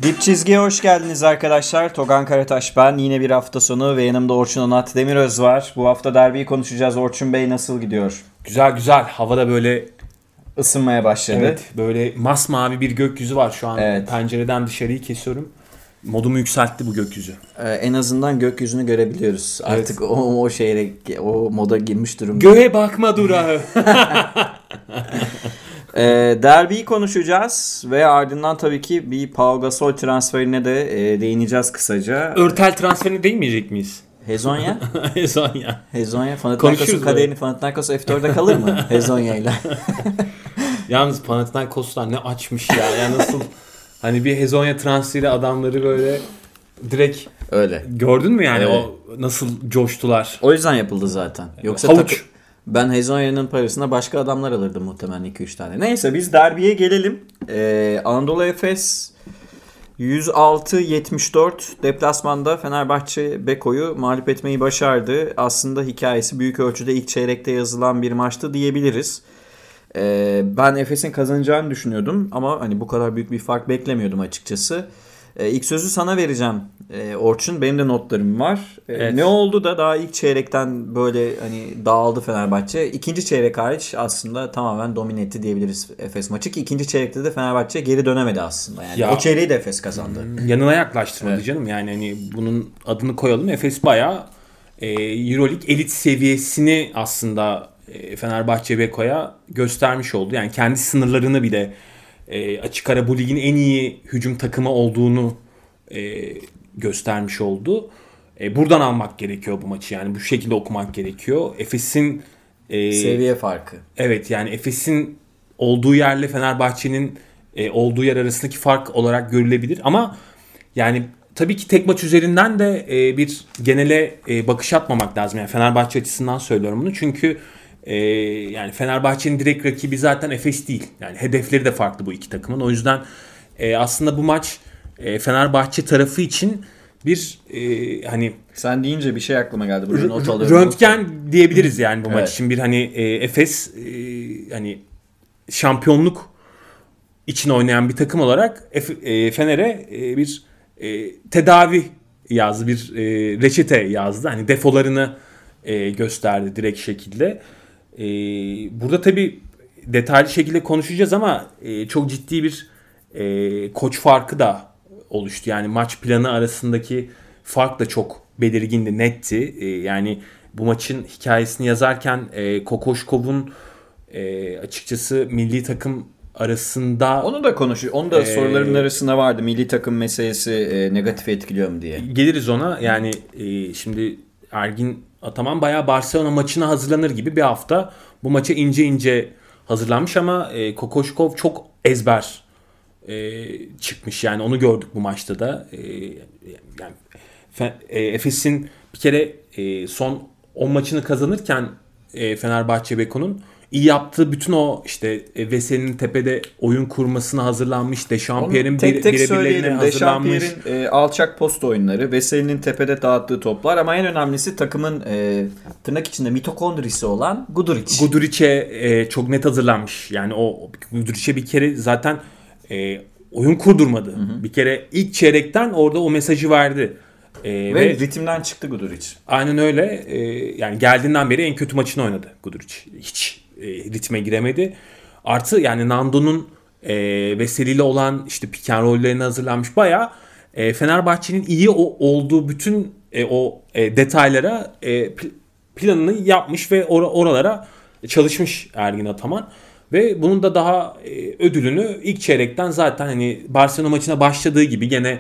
Dip Çizgi'ye hoş geldiniz arkadaşlar. Togan Karataş ben. Yine bir hafta sonu ve yanımda Orçun Onat Demiröz var. Bu hafta derbiyi konuşacağız. Orçun Bey nasıl gidiyor? Güzel güzel. Havada böyle ısınmaya başladı. evet, böyle masmavi bir gökyüzü var şu an. Evet. Pencereden dışarıyı kesiyorum. Modumu yükseltti bu gökyüzü. En azından gökyüzünü görebiliyoruz. Evet. Artık o moda girmiş durumda. Göğe bakma durağı. Derbiyi konuşacağız ve ardından tabii ki bir Pau Gasol transferine de değineceğiz kısaca. Örtel transferine değinmeyecek miyiz? Hezonya? Hezonya. Panathinaikos'un kaderini Panathinaikos F4'e kalır mı? Hezonya'yla. Yalnız Panathinaikoslar ne açmış ya. Yani nasıl hani bir Hezonya transferi adamları böyle direkt öyle. Gördün mü yani evet. O nasıl coştular. O yüzden yapıldı zaten. Yoksa ben Hezonya'nın parasına başka adamlar alırdım muhtemelen 2-3 tane. Neyse biz derbiye gelelim. Anadolu Efes 106-74 deplasmanda Fenerbahçe Beko'yu mağlup etmeyi başardı. Aslında hikayesi büyük ölçüde ilk çeyrekte yazılan bir maçtı diyebiliriz. Ben Efes'in kazanacağını düşünüyordum ama hani bu kadar büyük bir fark beklemiyordum açıkçası. İlk sözü sana vereceğim Orçun. Benim de notlarım var. Evet. Ne oldu da daha ilk çeyrekten böyle hani dağıldı Fenerbahçe. İkinci çeyrek hariç aslında tamamen domine etti diyebiliriz Efes maçı ki ikinci çeyrekte de Fenerbahçe geri dönemedi aslında. Yani ya, o çeyreği de Efes kazandı. Yanına yaklaştırmadı evet. Canım. Yani hani bunun adını koyalım. Efes bayağı EuroLeague elit seviyesini aslında Fenerbahçe Beko'ya göstermiş oldu. Yani kendi sınırlarını bile açık ara bu ligin en iyi hücum takımı olduğunu göstermiş oldu. Buradan almak gerekiyor bu maçı. Yani bu şekilde okumak gerekiyor. Efes'in seviye farkı. Evet yani Efes'in olduğu yerle Fenerbahçe'nin olduğu yer arasındaki fark olarak görülebilir. Ama yani tabii ki tek maç üzerinden de bir genele bakış atmamak lazım. Yani Fenerbahçe açısından söylüyorum bunu. Çünkü yani Fenerbahçe'nin direkt rakibi zaten Efes değil. Yani hedefleri de farklı bu iki takımın. O yüzden aslında bu maç Fenerbahçe tarafı için bir hani sen deyince bir şey aklıma geldi. Buraya not alıyorum. Röntgen diyebiliriz yani bu maç için bir hani Efes hani şampiyonluk için oynayan bir takım olarak Fener'e bir tedavi yazdı, bir reçete yazdı. Hani defolarını gösterdi direkt şekilde. Burada tabii detaylı şekilde konuşacağız ama çok ciddi bir koç farkı da oluştu. Yani maç planı arasındaki fark da çok belirgindi, netti. Yani bu maçın hikayesini yazarken Kokoşkov'un açıkçası milli takım arasında... Onu da konuşuyor. Onu da sorularımın arasında vardı. Milli takım meselesi negatif etkiliyor mu diye. Geliriz ona. Yani şimdi Ergin Ataman bayağı Barcelona maçına hazırlanır gibi bir hafta bu maça ince ince hazırlanmış ama Kokoşkov çok ezber çıkmış. Yani onu gördük bu maçta da. Yani Efes'in bir kere son 10 maçını kazanırken Fenerbahçe Beko'nun iyi yaptığı bütün o işte Veseli'nin tepede oyun kurmasına hazırlanmış. Dechampierre'in birebirlerine hazırlanmış. Dechampierre'in alçak post oyunları, Veseli'nin tepede dağıttığı toplar ama en önemlisi takımın tırnak içinde mitokondrisi olan Guduric. Guduric'e çok net hazırlanmış. Yani o Guduric'e bir kere zaten oyun kurdurmadı. Hı. Bir kere ilk çeyrekten orada o mesajı verdi. Ve ritimden çıktı Guduric. Aynen öyle. Yani geldiğinden beri en kötü maçını oynadı Guduric. Hiç ritme giremedi. Artı yani Nando'nun Veseli ile olan işte pick and roll'lerine hazırlanmış. Bayağı Fenerbahçe'nin iyi olduğu bütün o detaylara planını yapmış ve oralara çalışmış Ergin Ataman. Ve bunun da daha ödülünü ilk çeyrekten zaten hani Barcelona maçına başladığı gibi gene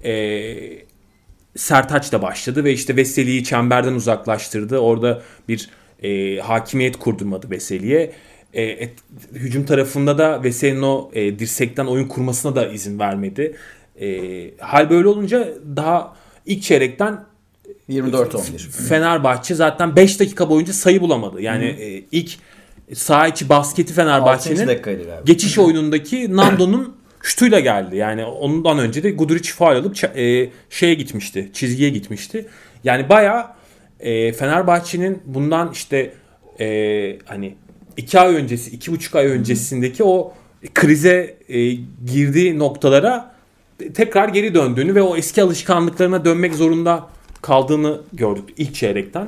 Sertaç da başladı ve işte Veseli'yi çemberden uzaklaştırdı. Orada bir hakimiyet kurdurmadı Veseli'ye. Hücum tarafında da Veseli'nin o dirsekten oyun kurmasına da izin vermedi. Hal böyle olunca daha ilk çeyrekten 24-11 Fenerbahçe zaten 5 dakika boyunca sayı bulamadı. Yani ilk saha içi basketi Fenerbahçe'nin geçiş oyunundaki Nando'nun şutuyla geldi. Yani ondan önce de Guduric faul alıp şeye gitmişti. Çizgiye gitmişti. Yani bayağı Fenerbahçe'nin bundan işte hani 2 ay öncesi, 2,5 ay öncesindeki o krize girdiği noktalara tekrar geri döndüğünü ve o eski alışkanlıklarına dönmek zorunda kaldığını gördük ilk çeyrekten.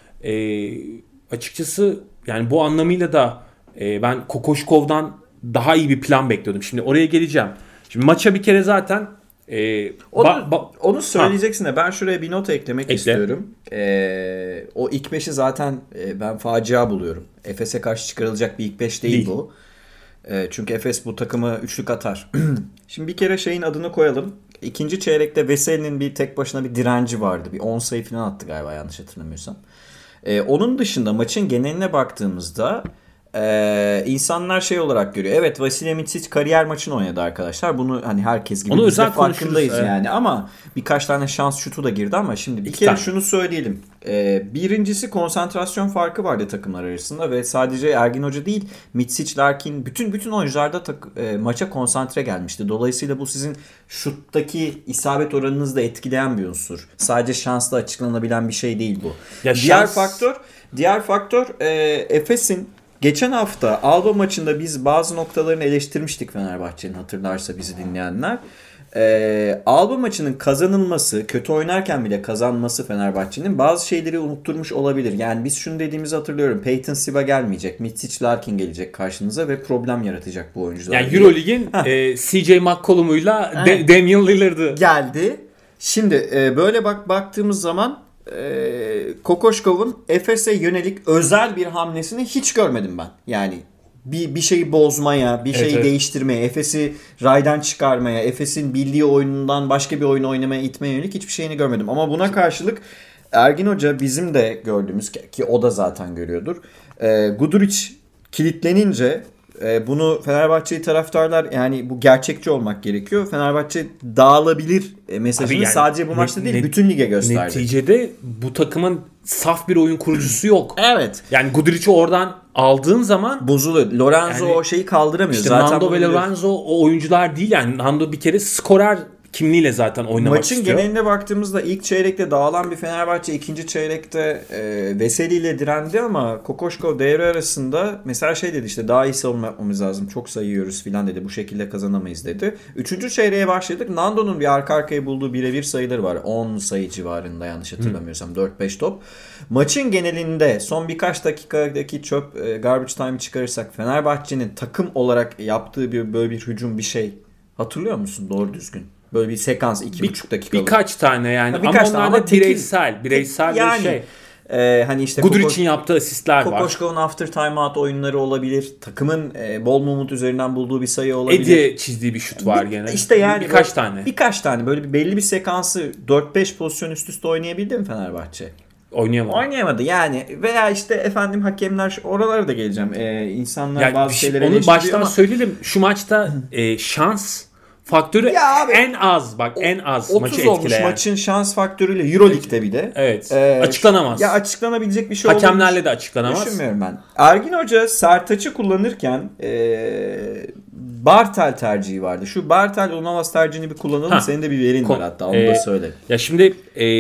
Açıkçası yani bu anlamıyla da ben Kokoşkov'dan daha iyi bir plan bekliyordum. Şimdi oraya geleceğim. Şimdi maça bir kere zaten onu söyleyeceksin de ben şuraya bir not eklemek istiyorum. O ilk 5'i zaten ben facia buluyorum. Efes'e karşı çıkarılacak bir ilk 5 değil bu. Çünkü Efes bu takımı üçlük atar. Şimdi bir kere şeyin adını koyalım. İkinci çeyrekte Veseli'nin bir tek başına bir direnci vardı. Bir 10 sayı falan attı galiba, yanlış hatırlamıyorsam. Onun dışında maçın geneline baktığımızda insanlar şey olarak görüyor. Evet, Vasilya Micic kariyer maçını oynadı arkadaşlar. Bunu hani herkes gibi biz de farkındayız yani. Ama birkaç tane şans şutu da girdi ama şimdi bir kere şunu söyleyelim. Birincisi konsantrasyon farkı vardı takımlar arasında ve sadece Ergin Hoca değil, Micic, Larkin, bütün oyuncular da maça konsantre gelmişti. Dolayısıyla bu sizin şuttaki isabet oranınızı da etkileyen bir unsur. Sadece şansla açıklanabilen bir şey değil bu. Ya diğer faktör Efes'in geçen hafta Alba maçında biz bazı noktalarını eleştirmiştik Fenerbahçe'nin, hatırlarsa bizi dinleyenler. Alba maçının kazanılması, kötü oynarken bile kazanması Fenerbahçe'nin bazı şeyleri unutturmuş olabilir. Yani biz şunu dediğimizi hatırlıyorum. Peyton Siva gelmeyecek. Micic, Larkin gelecek karşınıza ve problem yaratacak bu oyuncular. Yani Euroleague'in CJ McCollum'uyla Damian Lillard'ı geldi. Şimdi böyle baktığımız zaman Kokoşkov'un Efes'e yönelik özel bir hamlesini hiç görmedim ben. Yani bir şeyi bozmaya, bir şeyi değiştirmeye, Efes'i raydan çıkarmaya, Efes'in bildiği oyunundan başka bir oyun oynamaya itmeye yönelik hiçbir şeyini görmedim. Ama buna karşılık Ergin Hoca bizim de gördüğümüz ki o da zaten görüyordur. Guduric kilitlenince bunu Fenerbahçe taraftarlar, yani bu gerçekçi olmak gerekiyor. Fenerbahçe dağılabilir mesajını yani, sadece bu maçta değil bütün lige gösterdi. Neticede bu takımın saf bir oyun kurucusu yok. Evet. Yani Guduric'i oradan aldığın zaman bozuluyor. Lorenzo yani, o şeyi kaldıramıyor. İşte zaten Nando ve Lorenzo o oyuncular değil yani. Nando bir kere skorer kimliğiyle zaten oynamak maçın istiyor. Maçın geneline baktığımızda ilk çeyrekte dağılan bir Fenerbahçe ikinci çeyrekte Veseli ile direndi ama Kokoşkov devre arasında mesela şey dedi, işte daha iyi savunma yapmamız lazım. Çok sayıyoruz filan dedi. Bu şekilde kazanamayız dedi. Üçüncü çeyreğe başladık. Nando'nun bir arka arkaya bulduğu birebir sayıları var. 10 sayı civarında yanlış hatırlamıyorsam. 4-5 top. Maçın genelinde son birkaç dakikadaki garbage time çıkarırsak Fenerbahçe'nin takım olarak yaptığı böyle bir hücum bir şey hatırlıyor musun doğru düzgün? Böyle bir sekans 2,5 dakikalık. Birkaç tane yani. Birkaç ama onlar da bireysel yani, bir şey. Hani işte Guduric'in yaptığı asistler var. Kokoşkov'un after timeout oyunları olabilir. Takımın bol mumut üzerinden bulduğu bir sayı olabilir. Edi çizdiği bir şut var gene. İşte yani birkaç tane böyle belli bir sekansı 4-5 pozisyon üst üste oynayabildi mi Fenerbahçe? Oynayamadı yani, veya işte efendim hakemler, oralara da geleceğim. İnsanlar yani bazı şeyleri onu baştan söyleyelim. Şu maçta şans faktörü abi, en az maçı etkileyen. 30 olmuş maçın şans faktörüyle Euroleague'de bir de. Evet. Açıklanamaz. Ya açıklanabilecek bir şey hakemlerle de açıklanamaz. Düşünmüyorum ben. Ergin Hoca Sertaç'ı kullanırken Bartel tercihi vardı. Şu Bartel Ulanovas tercihini bir kullanalım. Senin de bir verin var hatta, onu da söyle. Ya şimdi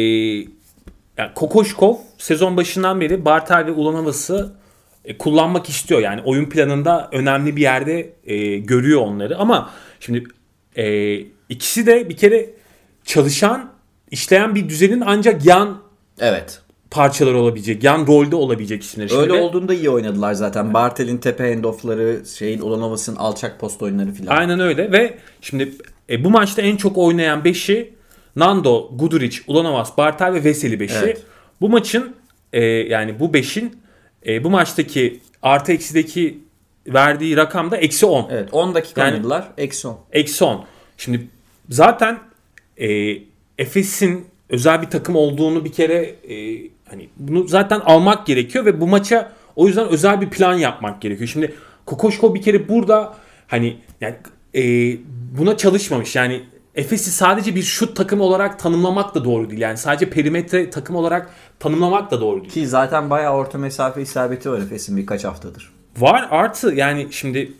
yani Kokoşkov sezon başından beri Bartel ve Ulanovas'ı kullanmak istiyor. Yani oyun planında önemli bir yerde görüyor onları. Ama şimdi ikisi de bir kere çalışan, işleyen bir düzenin ancak yan parçalar olabilecek, yan rolde olabilecek isimler. Öyle olduğunda iyi oynadılar zaten. Evet. Bartel'in tepe handoff'ları, Ulanovas'ın alçak post oyunları filan. Aynen öyle ve şimdi bu maçta en çok oynayan 5'i Nando, Guduric, Ulanovas, Bartel ve Veseli 5'i. Evet. Bu maçın yani bu 5'in bu maçtaki artı eksideki verdiği rakam da -10. Evet, 10 dakika oynadılar. -10. -10. Şimdi zaten Efes'in özel bir takım olduğunu bir kere hani bunu zaten almak gerekiyor ve bu maça o yüzden özel bir plan yapmak gerekiyor. Şimdi Kokoşkov bir kere burada hani yani buna çalışmamış. Yani Efes'i sadece bir şut takımı olarak tanımlamak da doğru değil. Yani sadece perimetre takım olarak tanımlamak da doğru değil. Ki zaten bayağı orta mesafe isabeti var Efes'in birkaç haftadır. Var, artı yani şimdi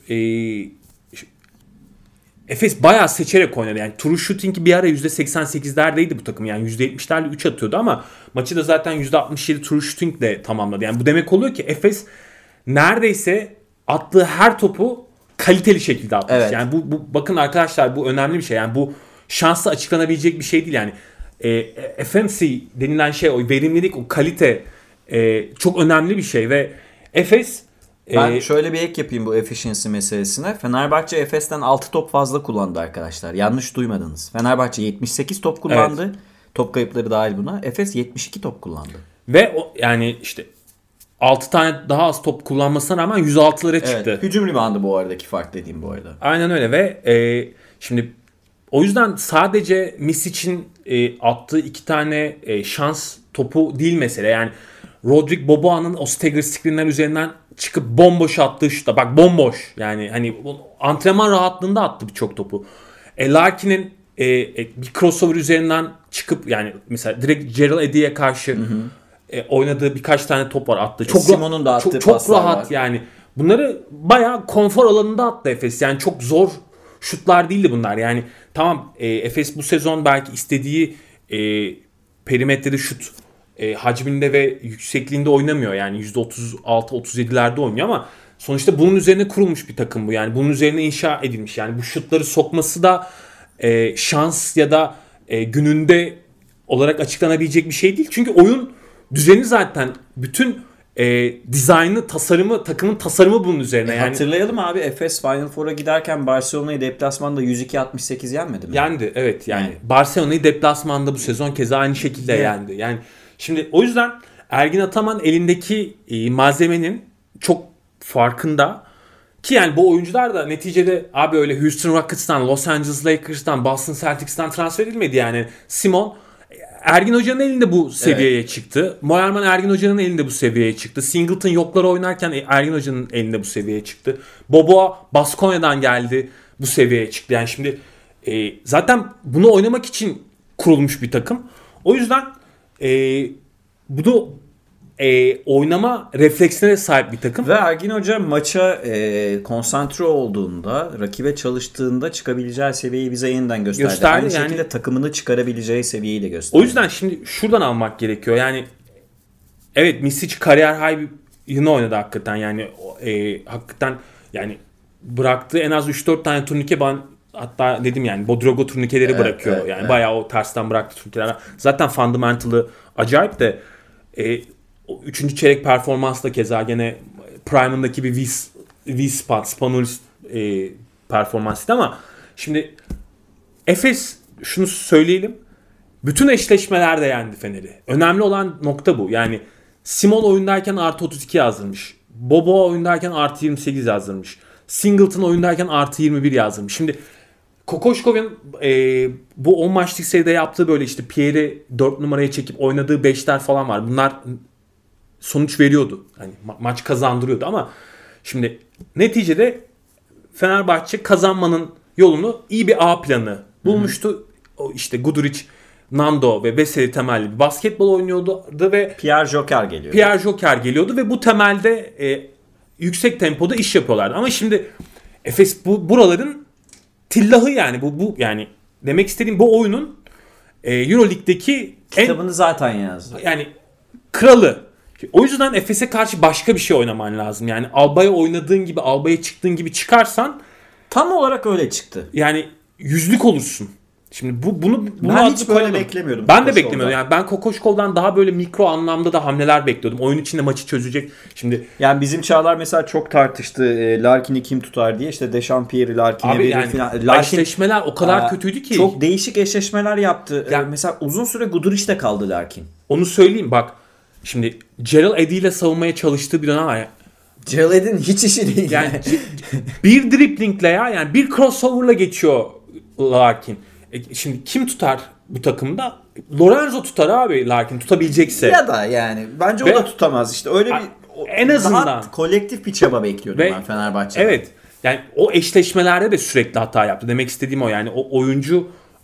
Efes bayağı seçerek oynadı. Yani true shooting'i bir ara %88'lerdeydi bu takım. Yani %70'lerle 3 atıyordu ama maçı da zaten %67 true shooting'le tamamladı. Yani bu demek oluyor ki Efes neredeyse attığı her topu kaliteli şekilde atmış. Evet. Yani bu bakın arkadaşlar, bu önemli bir şey. Yani bu şansla açıklanabilecek bir şey değil yani. Efficiency denilen şey, o verimlilik, o kalite çok önemli bir şey ve Efes ben şöyle bir ek yapayım bu efficiency meselesine. Fenerbahçe Efes'ten 6 top fazla kullandı arkadaşlar. Yanlış duymadınız. Fenerbahçe 78 top kullandı. Evet. Top kayıpları dahil buna. Efes 72 top kullandı. Ve yani işte 6 tane daha az top kullanmasına rağmen 106'lara çıktı. Evet, hücum ribandı bu aradaki fark dediğim bu arada. Aynen öyle ve şimdi o yüzden sadece Misic'in attığı 2 tane şans topu değil mesele. Yani Rodrik Boboa'nın o stagger screenler üzerinden çıkıp bomboş attığı şuta. Bak bomboş. Yani hani antrenman rahatlığında attı birçok topu. Larkin'in bir crossover üzerinden çıkıp yani mesela direkt Gerald Eddy'ye karşı oynadığı birkaç tane top var attı. Çok Simon'un da attığı çok rahat var. Yani. Bunları bayağı konfor alanında attı Efes. Yani çok zor şutlar değildi bunlar. Yani tamam Efes bu sezon belki istediği perimetrede şut hacminde ve yüksekliğinde oynamıyor. Yani %36-37'lerde oynuyor ama sonuçta bunun üzerine kurulmuş bir takım bu. Yani bunun üzerine inşa edilmiş. Yani bu şutları sokması da şans ya da gününde olarak açıklanabilecek bir şey değil. Çünkü oyun düzeni zaten bütün dizaynı, tasarımı, takımın tasarımı bunun üzerine. Yani hatırlayalım abi, Efes Final Four'a giderken Barcelona'yı deplasmanda 102-68 yenmedi mi? Yendi, evet yani. Barcelona'yı deplasmanda bu sezon keza aynı şekilde yendi. Yani şimdi o yüzden Ergin Ataman elindeki malzemenin çok farkında ki yani bu oyuncular da neticede abi öyle Houston Rockets'tan, Los Angeles Lakers'tan, Boston Celtics'tan transfer edilmedi yani. Simon Ergin Hoca'nın elinde bu seviyeye çıktı. Moerman Ergin Hoca'nın elinde bu seviyeye çıktı. Singleton yokları oynarken Ergin Hoca'nın elinde bu seviyeye çıktı. Boboa Baskonya'dan geldi, bu seviyeye çıktı. Yani şimdi zaten bunu oynamak için kurulmuş bir takım. O yüzden bunu oynama refleksine sahip bir takım. Ve Ergin Hoca maça konsantre olduğunda, rakibe çalıştığında çıkabileceği seviyeyi bize yeniden gösterdi. Aynı şekilde yani, takımını çıkarabileceği seviyeyi de gösterdi. O yüzden şimdi şuradan almak gerekiyor. Yani evet, Misic kariyer high yılını oynadı hakikaten. Yani hakikaten yani bıraktığı en az 3-4 tane turnike, ben hatta dedim yani Bodrogo turnikeleri bırakıyor. Evet, yani bayağı o tersten bıraktı turnikeler. Zaten fundamental'ı acayip de o 3. çeyrek performansı da keza gene Prime'ındaki bir V-spot, Spanulis performansıydı ama şimdi Efes, şunu söyleyelim, bütün eşleşmelerde yendi Fener'i. Önemli olan nokta bu. Yani Simon oyundayken artı 32 yazdırmış. Boboa oyundayken artı 28 yazdırmış. Singleton oyundayken artı 21 yazdırmış. Şimdi Kokoşkov'un bu 10 maçlık seride yaptığı böyle işte Pierre'i 4 numaraya çekip oynadığı 5'ler falan var. Bunlar sonuç veriyordu. Hani maç kazandırıyordu ama şimdi neticede Fenerbahçe kazanmanın yolunu iyi bir A planı bulmuştu. O işte Guduric, Nando ve Veseli temelli bir basketbol oynuyordu ve Pierre Joker geliyordu ve bu temelde yüksek tempoda iş yapıyorlardı. Ama şimdi Efes buraların tillahı yani bu yani demek istediğim bu oyunun EuroLeague'deki kitabını zaten yazdı. Yani kralı. O yüzden Efes'e karşı başka bir şey oynaman lazım. Yani Alba'ya oynadığın gibi, Alba'ya çıktığın gibi çıkarsan tam olarak öyle çıktı. Yani yüzlük olursun. Şimdi bunu ben hiç böyle beklemiyordum. Ben de beklemiyordum. Yani ben Kokoşkov'dan daha böyle mikro anlamda da hamleler bekliyordum. Oyun içinde maçı çözecek. Şimdi yani bizim Çağlar mesela çok tartıştı. Larkin'i kim tutar diye. İşte Dechampierre'i Larkin'e verir yani falan. eşleşmeler o kadar kötüydü ki. Çok değişik eşleşmeler yaptı. Yani, mesela uzun süre Guduric'te kaldı Larkin. Onu söyleyeyim bak. Şimdi Gerald Eddy ile savunmaya çalıştığı bir dönem var. Gerald Eddy'nin hiç işi değil. Yani bir driblingle yani bir crossover'la geçiyor Larkin. Şimdi kim tutar bu takımda? Lorenzo tutar abi, Larkin tutabilecekse. Ya da yani bence o da tutamaz işte. Öyle bir en azından daha kolektif bir çaba bekliyordum ben Fenerbahçe'den. Evet. Yani o eşleşmelerde de sürekli hata yaptı. Demek istediğim o yani o oyuncu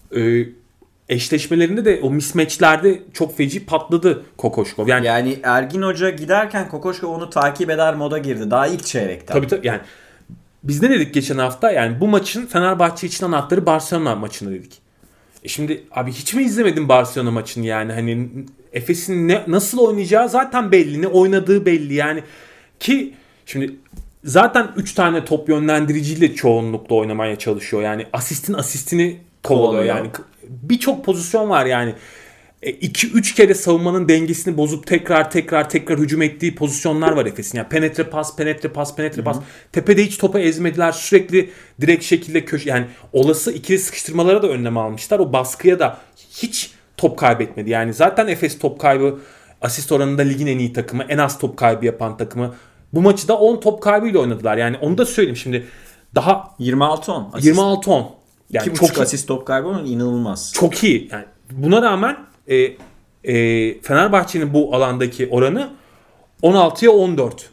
eşleşmelerinde de o mismatchlerde çok feci patladı Kokoşkov. Yani Ergin Hoca giderken Kokoşkov onu takip eder moda girdi. Daha ilk çeyrekte. Tabii yani biz ne dedik geçen hafta? Yani bu maçın Fenerbahçe için anahtarı Barcelona maçını dedik. Şimdi abi hiç mi izlemedin Barcelona maçını yani? Hani Efes'in nasıl oynayacağı zaten belli. Ne oynadığı belli yani. Ki şimdi zaten 3 tane top yönlendiriciyle çoğunlukla oynamaya çalışıyor. Yani asistini kovalıyor. Yani birçok pozisyon var yani. 2-3 kere savunmanın dengesini bozup tekrar hücum ettiği pozisyonlar var Efes'in. Yani penetre pas. Tepede hiç topa ezmediler. Sürekli direkt şekilde köşe, yani olası ikili sıkıştırmalara da önlem almışlar. O baskıya da hiç top kaybetmedi. Yani zaten Efes top kaybı, asist oranında ligin en iyi takımı, en az top kaybı yapan takımı. Bu maçı da 10 top kaybıyla oynadılar. Yani onu da söyleyeyim şimdi. Daha 26-10. 26-10. Yani çok asist top kaybı inanılmaz. Çok iyi. Yani buna rağmen Fenerbahçe'nin bu alandaki oranı 16'ya 14.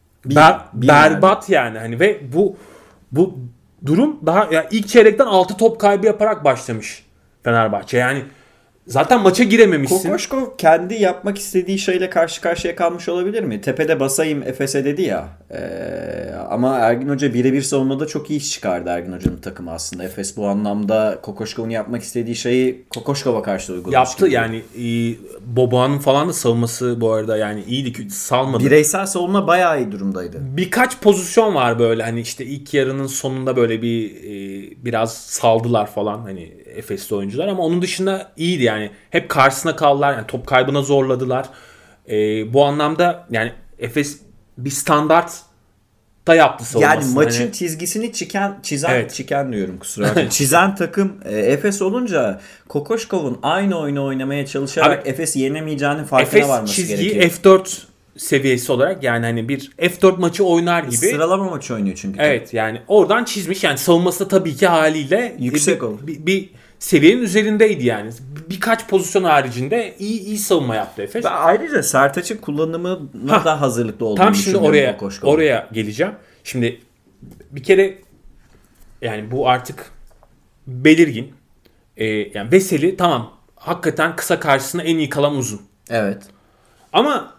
Berbat yani. Hani ve bu durum daha yani ilk çeyrekten 6 top kaybı yaparak başlamış Fenerbahçe. Yani zaten maça girememişsin. Kokoşkov kendi yapmak istediği şeyle karşı karşıya kalmış olabilir mi? Tepede basayım Efes'e dedi ya. Ama Ergin Hoca birebir savunmada çok iyi iş çıkardı Ergin Hoca'nın takımı aslında. Efes bu anlamda Kokoşkov'un yapmak istediği şeyi Kokoşkov'a karşı uygulamış. Yaptı gibi. Yani Boboğan'ın falan da savunması bu arada yani iyiydi, salmadı. Bireysel savunma bayağı iyi durumdaydı. Birkaç pozisyon var böyle hani işte ilk yarının sonunda böyle biraz saldılar falan hani Efesli oyuncular ama onun dışında iyiydi yani. Hep karşısına kaldılar yani top kaybına zorladılar. Bu anlamda yani Efes bir standart da yaptı savunmasını. Yani maçın çizgisini çizen diyorum kusura bakmayın. Çizen takım Efes olunca Kokoşkov'un aynı oyunu oynamaya çalışarak Efes'i yenemeyeceğinin farkına varması gerekiyor. Efes çizgiyi F4 seviyesi olarak yani hani bir F4 maçı oynar gibi. Sıralama maçı oynuyor çünkü. Evet yani oradan çizmiş yani savunması da tabii ki haliyle yüksek oldu. Bir seviyenin üzerindeydi yani. Birkaç pozisyon haricinde iyi savunma yaptı Efes. Ben ayrıca Sertaç'ın kullanımına da hazırlıklı olduğunu düşünüyorum. Tam şimdi oraya geleceğim. Şimdi bir kere yani bu artık belirgin. Yani Veseli tamam hakikaten kısa karşısına en iyi kalan uzun. Evet. Ama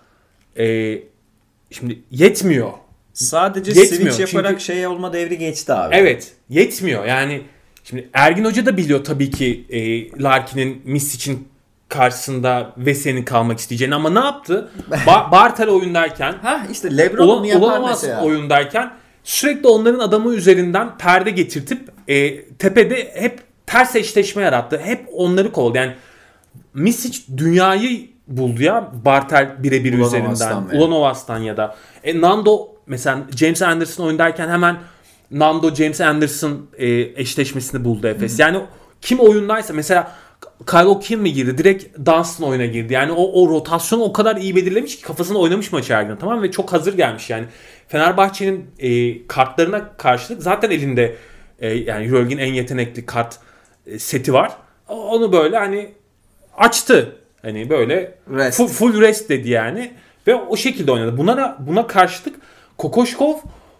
şimdi yetmiyor. Sadece switch yaparak çünkü olma devri geçti abi. Evet yetmiyor yani. Şimdi Ergin Hoca da biliyor tabii ki Larkin'in Misic'in karşısında Veseli'nin kalmak isteyeceğini ama ne yaptı? Bartel oyundayken işte LeBron onu yapar mesela. Oyundayken sürekli onların adamı üzerinden perde getirtip tepede hep ters eşleşme yarattı. Hep onları kovaladı. Yani Misic dünyayı buldu ya Bartel birebir üzerinden. Ulanovas'tan ya da Nando mesela James Anderson oyundayken hemen Nando James Anderson eşleşmesini buldu Efes. Yani kim oyundaysa mesela Kyle O'Quinn mi girdi? Direkt Dunstan oyuna girdi. Yani o rotasyonu o kadar iyi belirlemiş ki kafasını oynamış maçı Ergin. Tamam ve çok hazır gelmiş yani. Fenerbahçe'nin kartlarına karşılık zaten elinde yani EuroLeague'in en yetenekli kart seti var. Onu böyle hani açtı. Hani böyle full rest dedi yani. Ve o şekilde oynadı. Buna karşılık Kokoşkov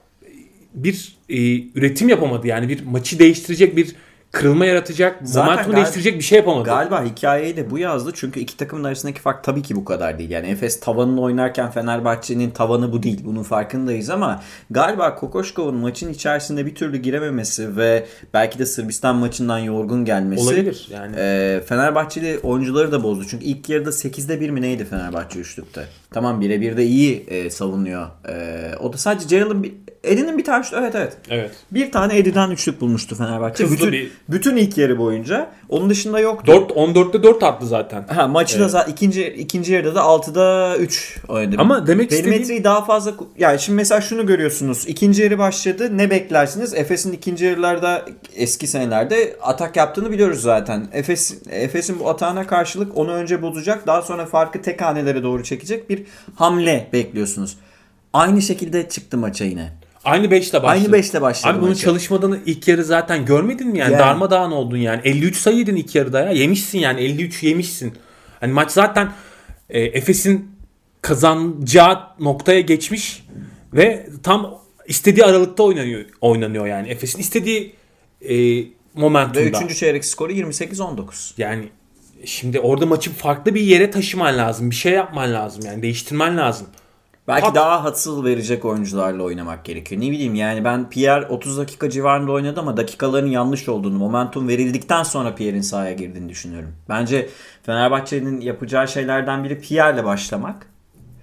bir üretim yapamadı. Yani bir maçı değiştirecek, bir kırılma yaratacak, momentum değiştirecek bir şey yapamadı. Galiba hikayeyi de bu yazdı. Çünkü iki takımın arasındaki fark tabii ki bu kadar değil. Yani Efes tavanını oynarken Fenerbahçe'nin tavanı bu değil. Bunun farkındayız ama galiba Kokoşkov'un maçın içerisinde bir türlü girememesi ve belki de Sırbistan maçından yorgun gelmesi olabilir yani. Fenerbahçeli oyuncuları da bozdu. Çünkü ilk yarıda 8'de 1 mi neydi Fenerbahçe üçlükte? Tamam birebir de iyi savunuyor. O da sadece Eddie'nin bir tane evet. Bir tane Eddie'den üçlük bulmuştu Fenerbahçe. Bütün ilk yarı boyunca. Onun dışında yoktu. 14'te 4 attı zaten. Maçı da zaten ikinci yarıda da 6'da 3 oynadı. Ama demek perimetreyi istediğim daha fazla yani şimdi mesela şunu görüyorsunuz. İkinci yarı başladı. Ne beklersiniz? Efes'in ikinci yarılarda eski senelerde atak yaptığını biliyoruz zaten. Efes'in bu atağına karşılık onu önce bozacak. Daha sonra farkı tek hanelere doğru çekecek bir hamle bekliyorsunuz. Aynı şekilde çıktı maça yine. Aynı 5'te başladı. Abi bunun çalışmadığını ilk yarı zaten görmedin mi yani? Darmadağın oldun yani. 53 sayı yedin ilk yarıda ya. Yemişsin yani. 53 yemişsin. Hani maç zaten Efes'in kazanacağı noktaya geçmiş ve tam istediği aralıkta oynanıyor yani. Efes'in istediği momentumda. Ve 3. çeyrek skoru 28-19. Yani şimdi orada maçı farklı bir yere taşıman lazım. Bir şey yapman lazım yani. Değiştirmen lazım. Belki daha hatsız verecek oyuncularla oynamak gerekiyor. Ne bileyim yani ben Pierre 30 dakika civarında oynadı ama dakikaların yanlış olduğunu, momentum verildikten sonra Pierre'in sahaya girdiğini düşünüyorum. Bence Fenerbahçe'nin yapacağı şeylerden biri Pierre'le başlamak.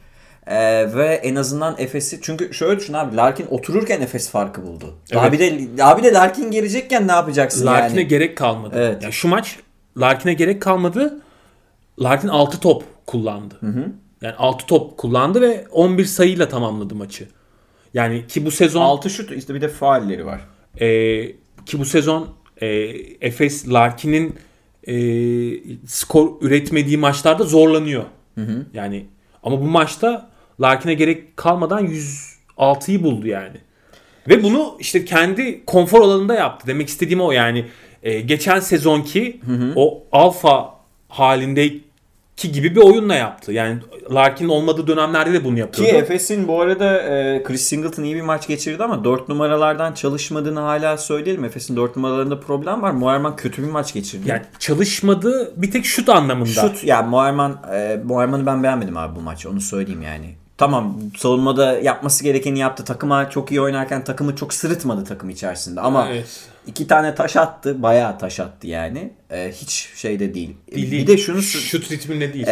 Ve en azından Efes'i, çünkü şöyle düşün abi, Larkin otururken Efes farkı buldu. Evet. Abi de Larkin gelecekken ne yapacaksın Larkin'e yani? gerek kalmadı. Evet. Yani şu maç Larkin'e gerek kalmadı. Larkin 6 top kullandı. Yani 6 top kullandı ve 11 sayıyla tamamladı maçı. Yani ki bu sezon 6 şut, işte bir de faulleri var. ki bu sezon Efes Larkin'in skor üretmediği maçlarda zorlanıyor. Yani ama bu maçta Larkin'e gerek kalmadan 106'yı buldu yani. Ve bunu işte kendi konfor alanında yaptı. Demek istediğim o yani. Geçen sezonki o alfa halindeki gibi bir oyunla yaptı. Yani Larkin'in olmadığı dönemlerde de bunu Ki yapıyordu. Efes'in bu arada Chris Singleton iyi bir maç geçirdi ama 4 numaralardan çalışmadığını hala söyleyelim. Efes'in 4 numaralarında problem var. Moerman kötü bir maç geçirdi. Yani çalışmadı bir tek şut anlamında. Şut, yani Moerman'ı ben beğenmedim abi bu maç. Onu söyleyeyim yani. Tamam, savunmada yapması gerekeni yaptı. Takıma çok iyi oynarken takımı çok sırıtmadı takım içerisinde. Ama Evet. 2 tane taş attı. Bayağı taş attı yani. Hiç şeyde değil. Değil. Bir de şunu... Şut ritminde değil.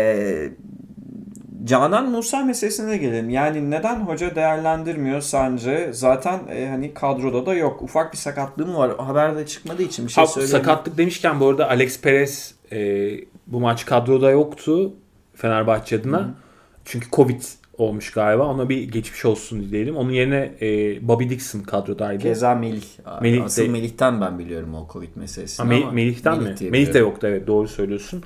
Canan Musa meselesine gelelim. Yani neden hoca değerlendirmiyor sence? Zaten hani kadroda da yok. Ufak bir sakatlığı mı var? Haberde çıkmadığı için bir şey söyleyeyim. Sakatlık demişken bu arada Alex Perez bu maç kadroda yoktu Fenerbahçe adına. Çünkü Covid olmuş galiba. Ona bir geçmiş olsun diyelim. Onun yerine Bobby Dixon kadrodaydı. Keza Melih. Asıl de... Melih'ten ben biliyorum o Covid meselesini. Melih'ten mi? Melih de yoktu, evet, doğru söylüyorsun.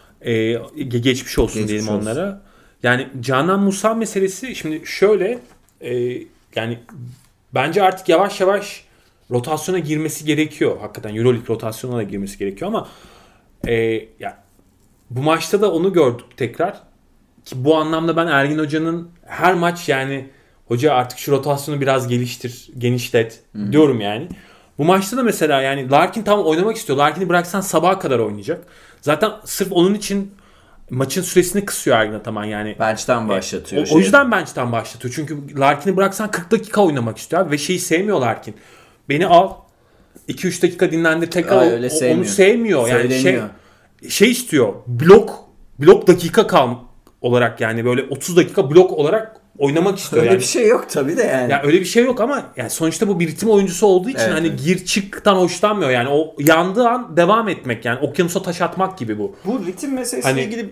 Geçmiş olsun diyelim onlara. Yani Canan Musa meselesi şimdi şöyle yani bence artık yavaş yavaş rotasyona girmesi gerekiyor. Hakikaten EuroLeague rotasyonuna da girmesi gerekiyor ama ya, bu maçta da onu gördük tekrar. Ki bu anlamda ben Ergin Hoca'nın her maç yani hoca artık şu rotasyonu biraz genişlet diyorum yani. Bu maçta da mesela yani Larkin tam oynamak istiyor. Larkin'i bıraksan sabaha kadar oynayacak. Zaten sırf onun için maçın süresini kısıyor Ergin Ataman yani. Bench'ten başlatıyor. O yüzden bench'ten başlatıyor. Çünkü Larkin'i bıraksan 40 dakika oynamak istiyor ve şeyi sevmiyor Larkin. Beni al 2-3 dakika dinlendir tekrar, onu sevmiyor. Yani şey istiyor. Blok dakika olarak yani böyle 30 dakika blok olarak oynamak istiyor. Öyle yani. bir şey yok tabii de yani. Ya öyle bir şey yok ama yani sonuçta bu bir ritim oyuncusu olduğu için hani gir çıktan hoşlanmıyor. Yani o yandığı an devam etmek, yani okyanusa taş atmak gibi bu. Bu ritim meselesiyle ilgili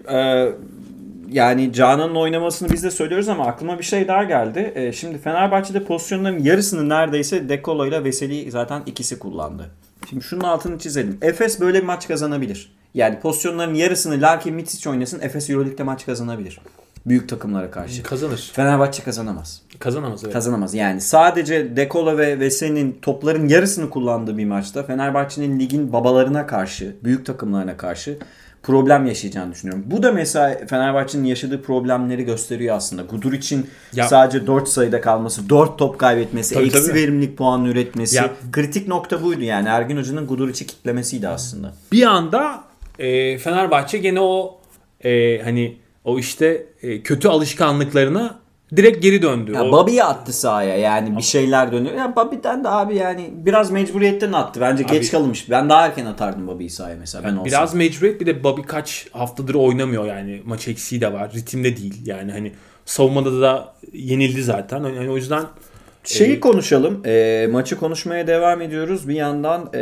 yani Canan'ın oynamasını biz de söylüyoruz ama aklıma bir şey daha geldi. Şimdi Fenerbahçe'de pozisyonların yarısını neredeyse De Colo ile Veseli zaten ikisi kullandı. Şimdi şunun altını çizelim. Efes böyle bir maç kazanabilir. Yani pozisyonların yarısını Larkin, Mitic oynasın, Efes EuroLeague'de maç kazanabilir. Büyük takımlara karşı. Kazanır. Fenerbahçe kazanamaz. Kazanamaz, evet. Kazanamaz. Yani sadece De Colo ve Veseli'nin topların yarısını kullandığı bir maçta Fenerbahçe'nin ligin babalarına karşı, büyük takımlarına karşı problem yaşayacağını düşünüyorum. Bu da mesela Fenerbahçe'nin yaşadığı problemleri gösteriyor aslında. Guduric'in sadece 4 sayıda kalması, 4 top kaybetmesi, eksi verimlilik puanı üretmesi. Kritik nokta buydu yani. Ergin Hoca'nın Guduric'i kitlemesiydi aslında. Bir anda Fenerbahçe gene o hani o işte kötü alışkanlıklarına direkt geri döndü. Ya Bobby'yi attı sahaya yani, bir şeyler dönüyor. Ya Bobby'den de abi yani biraz mecburiyetten attı. Bence geç kalmış. Ben daha erken atardım Bobby'yi sahaya mesela. Ben biraz mecburiyet, bir de Bobby kaç haftadır oynamıyor yani. Maç eksiği de var. Ritimde değil. Yani hani savunmada da yenildi zaten. Yani o yüzden şeyi konuşalım. Maçı konuşmaya devam ediyoruz. Bir yandan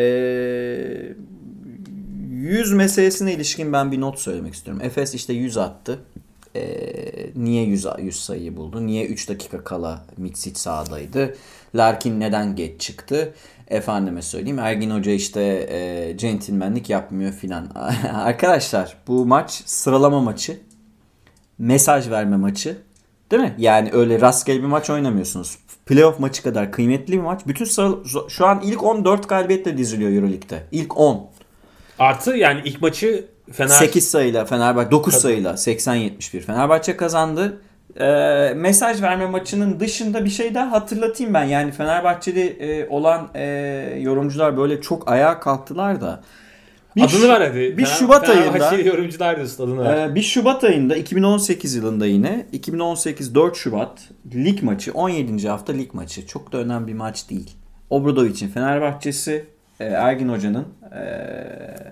100 meselesine ilişkin ben bir not söylemek istiyorum. Efes işte 100 attı. Niye 100 sayıyı buldu? Niye 3 dakika kala Mitsic sahadaydı? Larkin neden geç çıktı? Efendime söyleyeyim, Ergin Hoca işte centilmenlik yapmıyor filan. Arkadaşlar, bu maç sıralama maçı. Mesaj verme maçı. Değil mi? Yani öyle rastgele bir maç oynamıyorsunuz. Playoff maçı kadar kıymetli bir maç. Bütün şu an ilk 14 galibiyetle diziliyor EuroLeague'de. İlk 10. Artı yani ilk maçı 8 sayıyla Fenerbahçe, 9 sayıyla 80-71 Fenerbahçe kazandı. Mesaj verme maçının dışında bir şey daha hatırlatayım ben. Yani Fenerbahçeli olan yorumcular böyle çok ayağa kalktılar da. Adını ver hadi. Bir Şubat ayında yorumcular diyorsun, adını ver. Bir Şubat ayında 2018 yılında yine 2018 4 Şubat lig maçı, 17. hafta lig maçı. Çok da önemli bir maç değil. Obradovic'in Fenerbahçesi Ergin Hoca'nın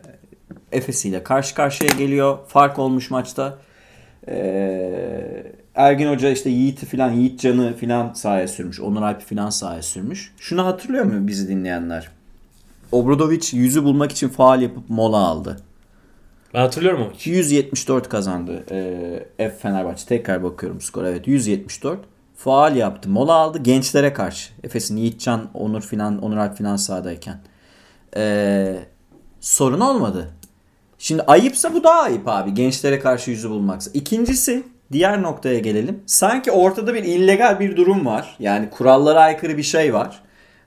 Efes'iyle karşı karşıya geliyor. Fark olmuş maçta. Ergin Hoca işte Yiğitcan'ı filan sahaya sürmüş. Onur Alp'i filan sahaya sürmüş. Şunu hatırlıyor mu bizi dinleyenler? Obradovic yüzü bulmak için faul yapıp mola aldı. Ben hatırlıyorum o maçı. 174 kazandı Fenerbahçe. Tekrar bakıyorum skor. Evet, 174. Faul yaptı. Mola aldı gençlere karşı. Efes'in Yiğitcan, Onur Alp filan sahadayken. Sorun olmadı. Şimdi ayıpsa bu daha ayıp abi. Gençlere karşı yüzü bulmaksa. İkincisi, diğer noktaya gelelim. Sanki ortada bir illegal bir durum var. Yani kurallara aykırı bir şey var.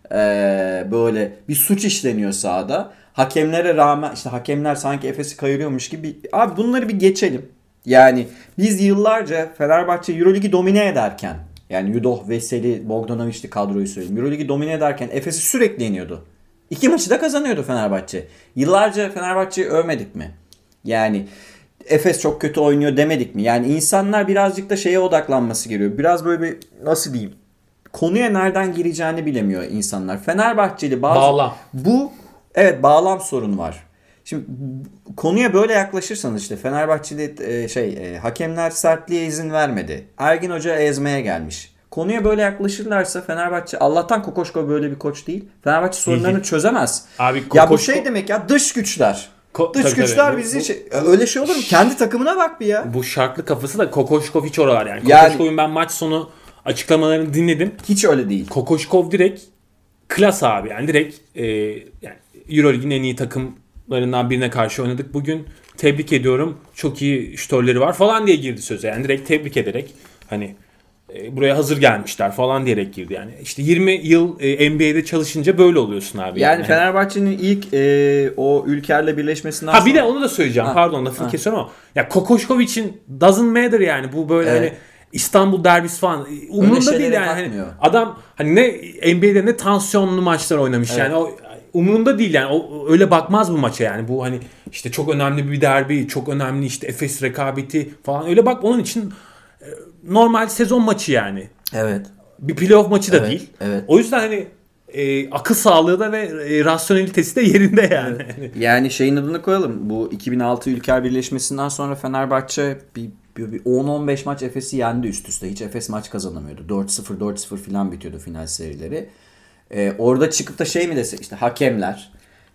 Böyle bir suç işleniyor sahada. Hakemlere rağmen işte hakemler sanki Efes'i kayırıyormuş gibi. Abi bunları bir geçelim. Yani biz yıllarca Fenerbahçe Euroligi domine ederken, yani Yudoh, Veseli, Bogdanovic'li kadroyu söyleyeyim. Euroligi domine ederken Efes'i sürekli yeniyordu. 2 maçı da kazanıyordu Fenerbahçe. Yıllarca Fenerbahçe'yi övmedik mi? Yani Efes çok kötü oynuyor demedik mi? Yani insanlar birazcık da şeye odaklanması gerekiyor. Biraz böyle bir, nasıl diyeyim, konuya nereden gireceğini bilemiyor insanlar. Fenerbahçeli bazı... Evet, bağlam sorunu var. Şimdi konuya böyle yaklaşırsanız işte Fenerbahçeli hakemler sertliğe izin vermedi. Ergin Hoca ezmeye gelmiş. Konuya böyle yaklaşırlarsa Fenerbahçe, Allah'tan Kokoşkov böyle bir koç değil. Fenerbahçe sorunlarını çözemez. Abi, ya bu şey demek ya, dış güçler. Dış güçler bizi öyle şey olur mu? Kendi takımına bak bir ya. Bu şarklı kafası da Kokoşkov hiç oralar yani. Kokoşkov'un ben maç sonu açıklamalarını dinledim. Hiç öyle değil. Kokoşkov direkt klas abi yani direkt yani Euroleague'in en iyi takımlarından birine karşı oynadık bugün. Tebrik ediyorum. Çok iyi şütörleri var falan diye girdi söze. Yani direkt tebrik ederek hani buraya hazır gelmişler falan diyerek girdi yani. İşte 20 yıl NBA'de çalışınca böyle oluyorsun abi. Yani Fenerbahçe'nin ilk o Ülker'le birleşmesinden sonra... bir de onu da söyleyeceğim. Pardon lafını kesiyorum ama ya Kokoşkov için doesn't matter yani. Bu böyle hani İstanbul derbisi falan umurunda değil yani. Hani adam hani ne NBA'de ne tansiyonlu maçlar oynamış yani. O umurunda değil yani. O öyle bakmaz bu maça yani. Bu hani işte çok önemli bir derbi, çok önemli işte Efes rekabeti falan. Öyle bak, onun için normal sezon maçı yani. Evet. Bir playoff maçı da değil. Evet. O yüzden hani akıl sağlığı da ve rasyonelitesi de yerinde yani. Evet. Yani şeyin adını koyalım. Bu 2006 Ülker birleşmesinden sonra Fenerbahçe bir 10-15 maç Efes'i yendi üst üste. Hiç Efes maç kazanamıyordu. 4-0 falan bitiyordu final serileri. Orada çıkıp da şey mi desek, işte hakemler,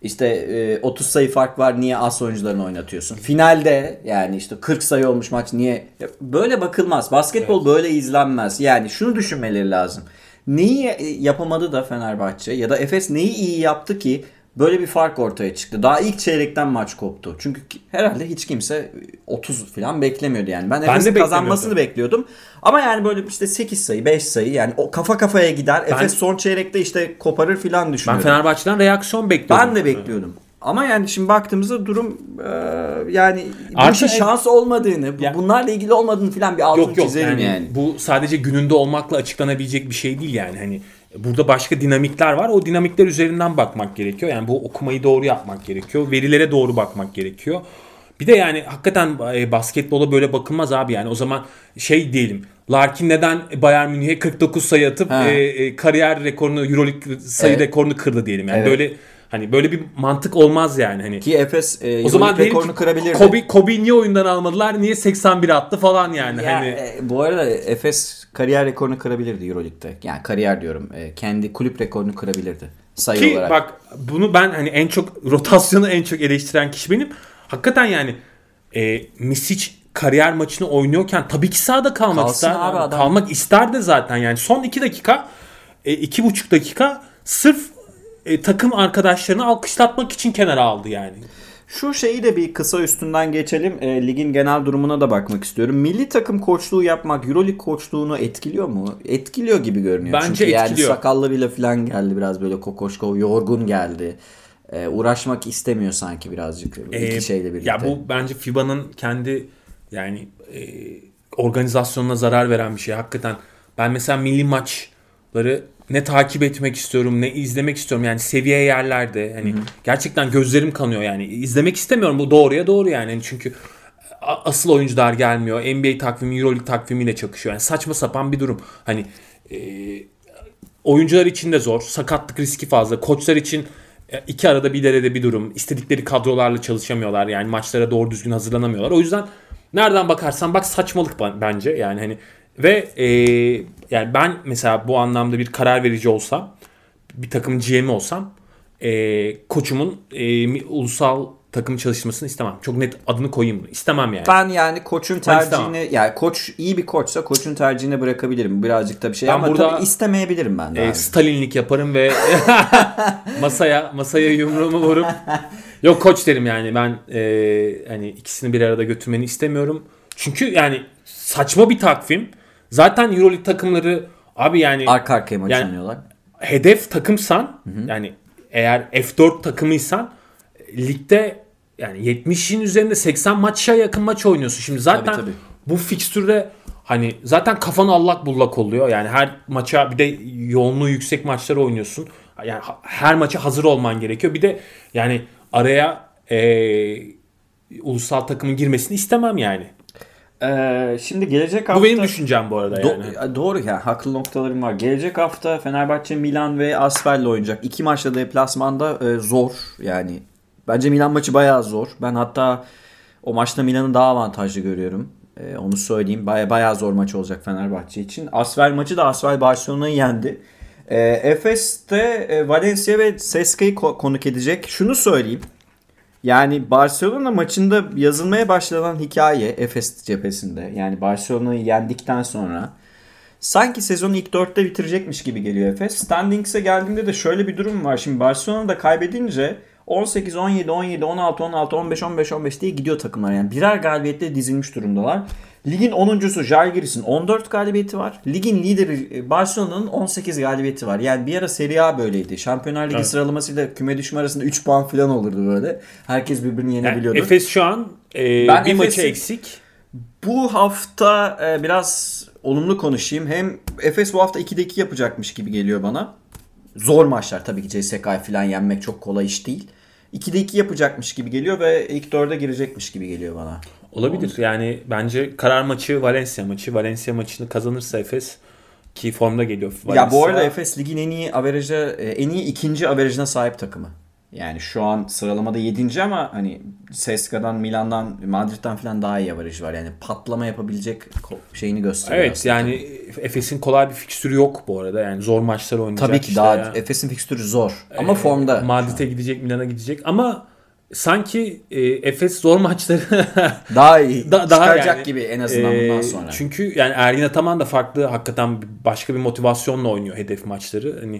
işte 30 sayı fark var, niye as oyuncularını oynatıyorsun? Finalde yani işte 40 sayı olmuş maç, niye? Böyle bakılmaz. Basketbol böyle izlenmez. Yani şunu düşünmeleri lazım. Neyi yapamadı da Fenerbahçe ya da Efes neyi iyi yaptı ki böyle bir fark ortaya çıktı? Daha ilk çeyrekten maç koptu. Çünkü herhalde hiç kimse 30 falan beklemiyordu yani. Ben Efes'in kazanmasını bekliyordum. Ama yani böyle işte 8 sayı, 5 sayı, yani o kafa kafaya gider. Efes son çeyrekte işte koparır falan düşünüyordum. Ben Fenerbahçe'den reaksiyon bekliyordum. Ben de bekliyordum. Ama yani şimdi baktığımızda durum yani bu işin şans olmadığını, bunlarla ilgili olmadığını falan bir altını çizerim yani. Bu sadece gününde olmakla açıklanabilecek bir şey değil yani. Hani burada başka dinamikler var. O dinamikler üzerinden bakmak gerekiyor. Yani bu okumayı doğru yapmak gerekiyor. Verilere doğru bakmak gerekiyor. Bir de yani hakikaten basketbola böyle bakılmaz abi yani. O zaman şey diyelim. Larkin neden Bayern Münih'e 49 sayı atıp kariyer rekorunu, Euroleague sayı rekorunu kırdı diyelim. Yani böyle hani böyle bir mantık olmaz yani. Hani ki Efes o zaman rekorunu kırabilirdi. Kobe niye oyundan almadılar? Niye 81 attı falan yani. Ya, hani bu arada Efes kariyer rekorunu kırabilirdi Euroleague'de. Yani kariyer diyorum. Kendi kulüp rekorunu kırabilirdi sayı ki, olarak. Bak bunu ben hani en çok rotasyonu en çok eleştiren kişi benim. Hakikaten yani Misic kariyer maçını oynuyorken tabii ki sahada kalmak ister. Kalmak ister de zaten yani. Son 2 dakika 2,5 dakika sırf takım arkadaşlarını alkışlatmak için kenara aldı yani. Şu şeyi de bir kısa üstünden geçelim. Ligin genel durumuna da bakmak istiyorum. Milli takım koçluğu yapmak Euroleague koçluğunu etkiliyor mu? Etkiliyor gibi görünüyor. Bence çünkü etkiliyor. Yani sakallarıyla falan geldi biraz, böyle Kokoşkov yorgun geldi. Uğraşmak istemiyor sanki birazcık iki şeyle birlikte. Ya bu bence FIBA'nın kendi yani organizasyonuna zarar veren bir şey. Hakikaten ben mesela milli maçları ne takip etmek istiyorum, ne izlemek istiyorum. Yani seviye yerlerde hani gerçekten gözlerim kanıyor yani. İzlemek istemiyorum. Bu doğruya doğru yani. Çünkü asıl oyuncular gelmiyor. NBA takvimi Euroleague takvimiyle çakışıyor. Yani saçma sapan bir durum. Hani oyuncular için de zor. Sakatlık riski fazla. Koçlar için iki arada bir derede bir durum. İstedikleri kadrolarla çalışamıyorlar. Yani maçlara doğru düzgün hazırlanamıyorlar. O yüzden nereden bakarsan bak saçmalık bence. Yani hani Ve yani ben mesela bu anlamda bir karar verici olsam, bir takım GM'i olsam, koçumun ulusal takım çalışmasını istemem. Çok net adını koyayım mı? İstemem yani. Ben yani koçun tercihini, yani koç iyi bir koçsa koçun tercihine bırakabilirim. Birazcık da bir şey, ama tabii istemeyebilirim ben de. Stalinlik yaparım ve masaya yumruğumu vurup yok koç derim yani. Ben hani ikisini bir arada götürmeni istemiyorum. Çünkü yani saçma bir takvim. Zaten EuroLeague takımları abi yani arka arkaya maç oynuyorlar. Hedef takımsan, yani eğer F4 takımıysan ligde yani 70'in üzerinde 80 maça yakın maç oynuyorsun. Şimdi zaten tabii. bu fikstürde hani zaten kafanı allak bullak oluyor. Yani her maça, bir de yoğunluğu yüksek maçları oynuyorsun. Yani her maça hazır olman gerekiyor. Bir de yani araya ulusal takımın girmesini istemem yani. Şimdi gelecek hafta... Bu benim düşüncem bu arada yani. Doğru yani, haklı noktalarım var. Gelecek hafta Fenerbahçe, Milan ve Asfel'le oynayacak. 2 maçta deplasmanda zor yani. Bence Milan maçı bayağı zor. Ben hatta o maçta Milan'ı daha avantajlı görüyorum. Onu söyleyeyim. Bayağı zor maç olacak Fenerbahçe için. Asfel maçı da Asfel Barcelona'yı yendi. Efes'te Valencia ve CSKA'yı konuk edecek. Şunu söyleyeyim. Yani Barcelona maçında yazılmaya başlanan hikaye Efes cephesinde. Yani Barcelona'yı yendikten sonra sanki sezonu ilk 4'te bitirecekmiş gibi geliyor Efes. Standings'e geldiğinde de şöyle bir durum var. Şimdi Barcelona'da kaybedince 18, 17, 17, 16, 16, 15, 15, 15 diye gidiyor takımlar. Yani birer galibiyetle dizilmiş durumdalar. Ligin 10.'su Žalgiris'in 14 galibiyeti var. Ligin lideri Barcelona'nın 18 galibiyeti var. Yani bir ara Serie A böyleydi. Şampiyonlar Ligi sıralamasıyla küme düşme arasında 3 puan falan olurdu böyle. Herkes birbirini yenebiliyordu. Yani Efes şu an bir maçı eksik. Bu hafta biraz olumlu konuşayım. Hem Efes bu hafta 2'de 2 yapacakmış gibi geliyor bana. Zor maçlar tabii ki, CSKA falan yenmek çok kolay iş değil. 2'de 2 yapacakmış gibi geliyor ve ilk 4'e girecekmiş gibi geliyor bana. Olabilir. Yani bence karar maçı Valencia maçı. Valencia maçını kazanırsa Efes, ki formda geliyor Valencia. Ya bu arada Efes ligin en iyi ikinci averajına sahip takımı. Yani şu an sıralamada 7. ama hani CSKA'dan, Milan'dan, Madrid'den falan daha iyi averajı var. Yani patlama yapabilecek şeyini gösteriyor. Evet aslında. Yani Efes'in kolay bir fikstürü yok bu arada. Yani zor maçlar oynayacak. Tabii ki işte daha Efes'in fikstürü zor. Ama formda. Madrid'e gidecek, Milan'a gidecek ama sanki Efes zor maçları daha iyi çıkaracak yani, gibi en azından bundan sonra. Çünkü yani Ergin Ataman da farklı, hakikaten başka bir motivasyonla oynuyor hedef maçları. Hani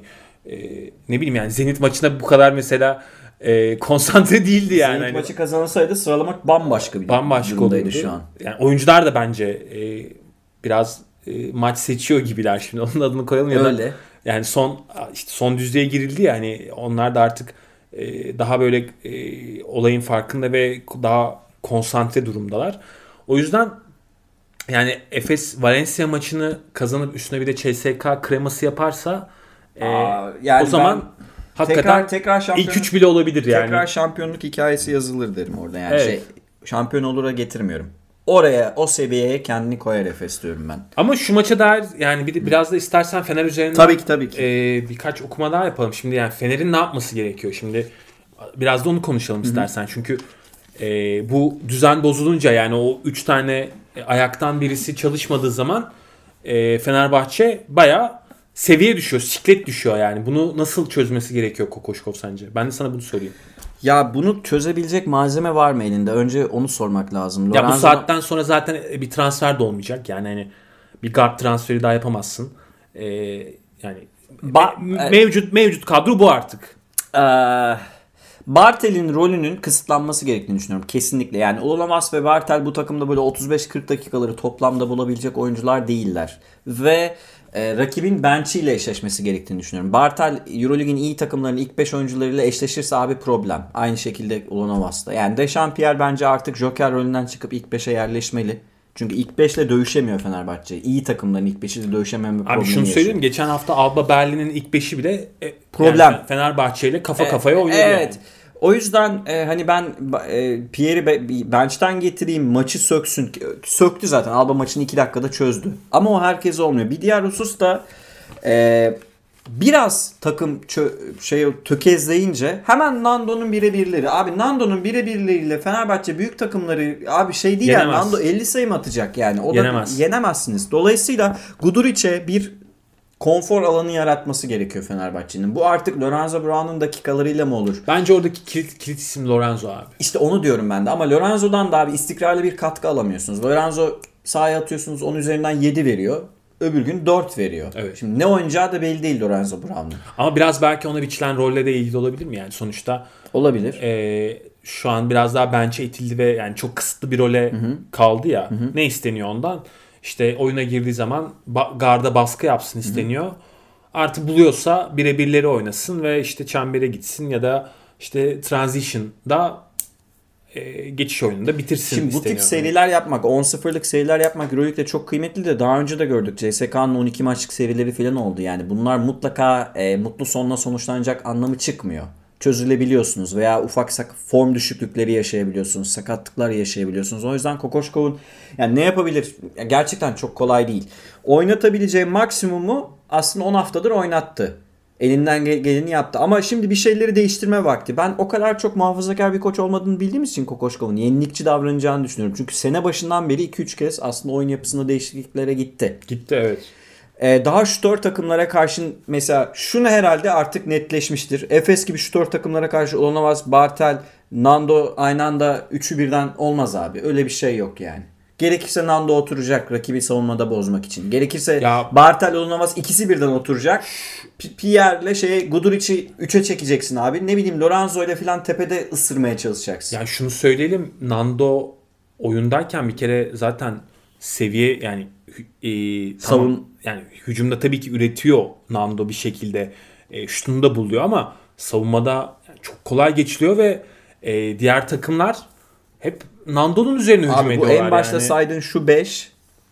ne bileyim yani Zenit maçına bu kadar mesela konsantre değildi yani. Zenit maçı kazanılsaydı sıralamak bambaşka olurdu şu an. Yani oyuncular da bence biraz maç seçiyor gibiler şimdi. Onun adını koyalım ya öyle. Da yani son düzlüğe girildi yani, onlar da artık daha böyle olayın farkında ve daha konsantre durumdalar. O yüzden yani Efes Valencia maçını kazanıp üstüne bir de CSKA kreması yaparsa yani o zaman hakikaten tekrar ilk 3 bile olabilir yani. Tekrar şampiyonluk hikayesi yazılır derim orada. Yani evet. Şampiyon olur'a getirmiyorum. Oraya, o seviyeye kendini koyar Efes diyorum ben. Ama şu maça dair yani biraz da istersen Fener üzerinden tabii ki. Birkaç okuma daha yapalım. Şimdi yani Fener'in ne yapması gerekiyor? Şimdi biraz da onu konuşalım istersen. Çünkü bu düzen bozulunca, yani o 3 tane ayaktan birisi çalışmadığı zaman Fenerbahçe bayağı seviye düşüyor, siklet düşüyor yani. Bunu nasıl çözmesi gerekiyor Kokoşkov sence? Ben de sana bunu sorayım. Ya bunu çözebilecek malzeme var mı elinde? Önce onu sormak lazım. Ya bu saatten sonra zaten bir transfer de olmayacak. Yani hani bir guard transferi daha yapamazsın. Yani mevcut kadro bu artık. Bartel'in rolünün kısıtlanması gerektiğini düşünüyorum. Kesinlikle. Yani Ulanovas ve Bartel bu takımda böyle 35-40 dakikaları toplamda bulabilecek oyuncular değiller. Ve rakibin bench'iyle eşleşmesi gerektiğini düşünüyorum. Bartel EuroLeague'in iyi takımlarının ilk 5 oyuncularıyla eşleşirse abi problem. Aynı şekilde Ulanovas'ta. Yani Dechampierre bence artık Joker rolünden çıkıp ilk 5'e yerleşmeli. Çünkü ilk 5'le dövüşemiyor Fenerbahçe. İyi takımların ilk 5'iyle dövüşememe problemi yaşıyor. Abi şunu söyleyeyim. Geçen hafta Alba Berlin'in ilk 5'i bile problem. Yani Fenerbahçe ile kafa kafaya oynuyor. Evet. Yani. O yüzden hani ben Pierre'i bench'ten getireyim, maçı söksün. Söktü zaten. Alba maçını 2 dakikada çözdü. Ama o herkes olmuyor. Bir diğer husus da biraz takım tökezleyince hemen Nando'nun birebirleri. Abi Nando'nun birebirleriyle Fenerbahçe büyük takımları abi şey değil yani, Nando 50 sayı mı atacak yani? O da yenemezsiniz. Dolayısıyla Guduric'e bir konfor alanı yaratması gerekiyor Fenerbahçe'nin. Bu artık Lorenzo Brown'un dakikalarıyla mı olur? Bence oradaki kilit isim Lorenzo abi. İşte onu diyorum ben de ama Lorenzo'dan da abi istikrarlı bir katkı alamıyorsunuz. Lorenzo sahaya atıyorsunuz, 10 üzerinden 7 veriyor. Öbür gün 4 veriyor. Evet. Şimdi ne oynayacağı da belli değil Lorenzo Brown'un. Ama biraz belki ona biçilen rolle de ilgili olabilir mi yani sonuçta? Olabilir. Şu an biraz daha bench'e itildi ve yani çok kısıtlı bir role kaldı ya. Hı-hı. Ne isteniyor ondan? İşte oyuna girdiği zaman garda baskı yapsın isteniyor. Hı-hı. Artık buluyorsa birebirleri oynasın ve işte çembere gitsin ya da işte transition'da geçiş oyununda bitirsin. Şimdi bu tip seriler yapmak, 10-0'lık seriler yapmak Euroleague'de çok kıymetli de daha önce de gördük. CSK'nın 12 maçlık serileri falan oldu. Yani bunlar mutlaka mutlu sonla sonuçlanacak anlamı çıkmıyor. Çözülebiliyorsunuz veya ufak form düşüklükleri yaşayabiliyorsunuz, sakatlıklar yaşayabiliyorsunuz. O yüzden Kokoşkov'un yani ne yapabilir? Gerçekten çok kolay değil. Oynatabileceği maksimumu aslında 10 haftadır oynattı. Elinden geleni yaptı. Ama şimdi bir şeyleri değiştirme vakti. Ben o kadar çok muhafazakar bir koç olmadığını bildiğimiz için Kokoşkov'un yenilikçi davranacağını düşünüyorum. Çünkü sene başından beri 2-3 kez aslında oyun yapısında değişikliklere gitti. Gitti evet. Daha şutör takımlara karşı mesela şunu herhalde artık netleşmiştir. Efes gibi şutör takımlara karşı Ulanovas, Bartel, Nando aynı anda üçü birden olmaz abi. Öyle bir şey yok yani. Gerekirse Nando oturacak rakibi savunmada bozmak için. Gerekirse Bartel, Ulanovas ikisi birden oturacak. Pierre'le Guduric'i 3'e çekeceksin abi. Ne bileyim Lorenzo ile falan tepede ısırmaya çalışacaksın. Ya şunu söyleyelim. Nando oyundayken bir kere zaten seviye yani tamam, yani hücumda tabii ki üretiyor Nando bir şekilde. Şutunu da buluyor ama savunmada çok kolay geçiliyor ve diğer takımlar hep Nando'nun üzerine hücum ediyorlar. En başta saydığın şu 5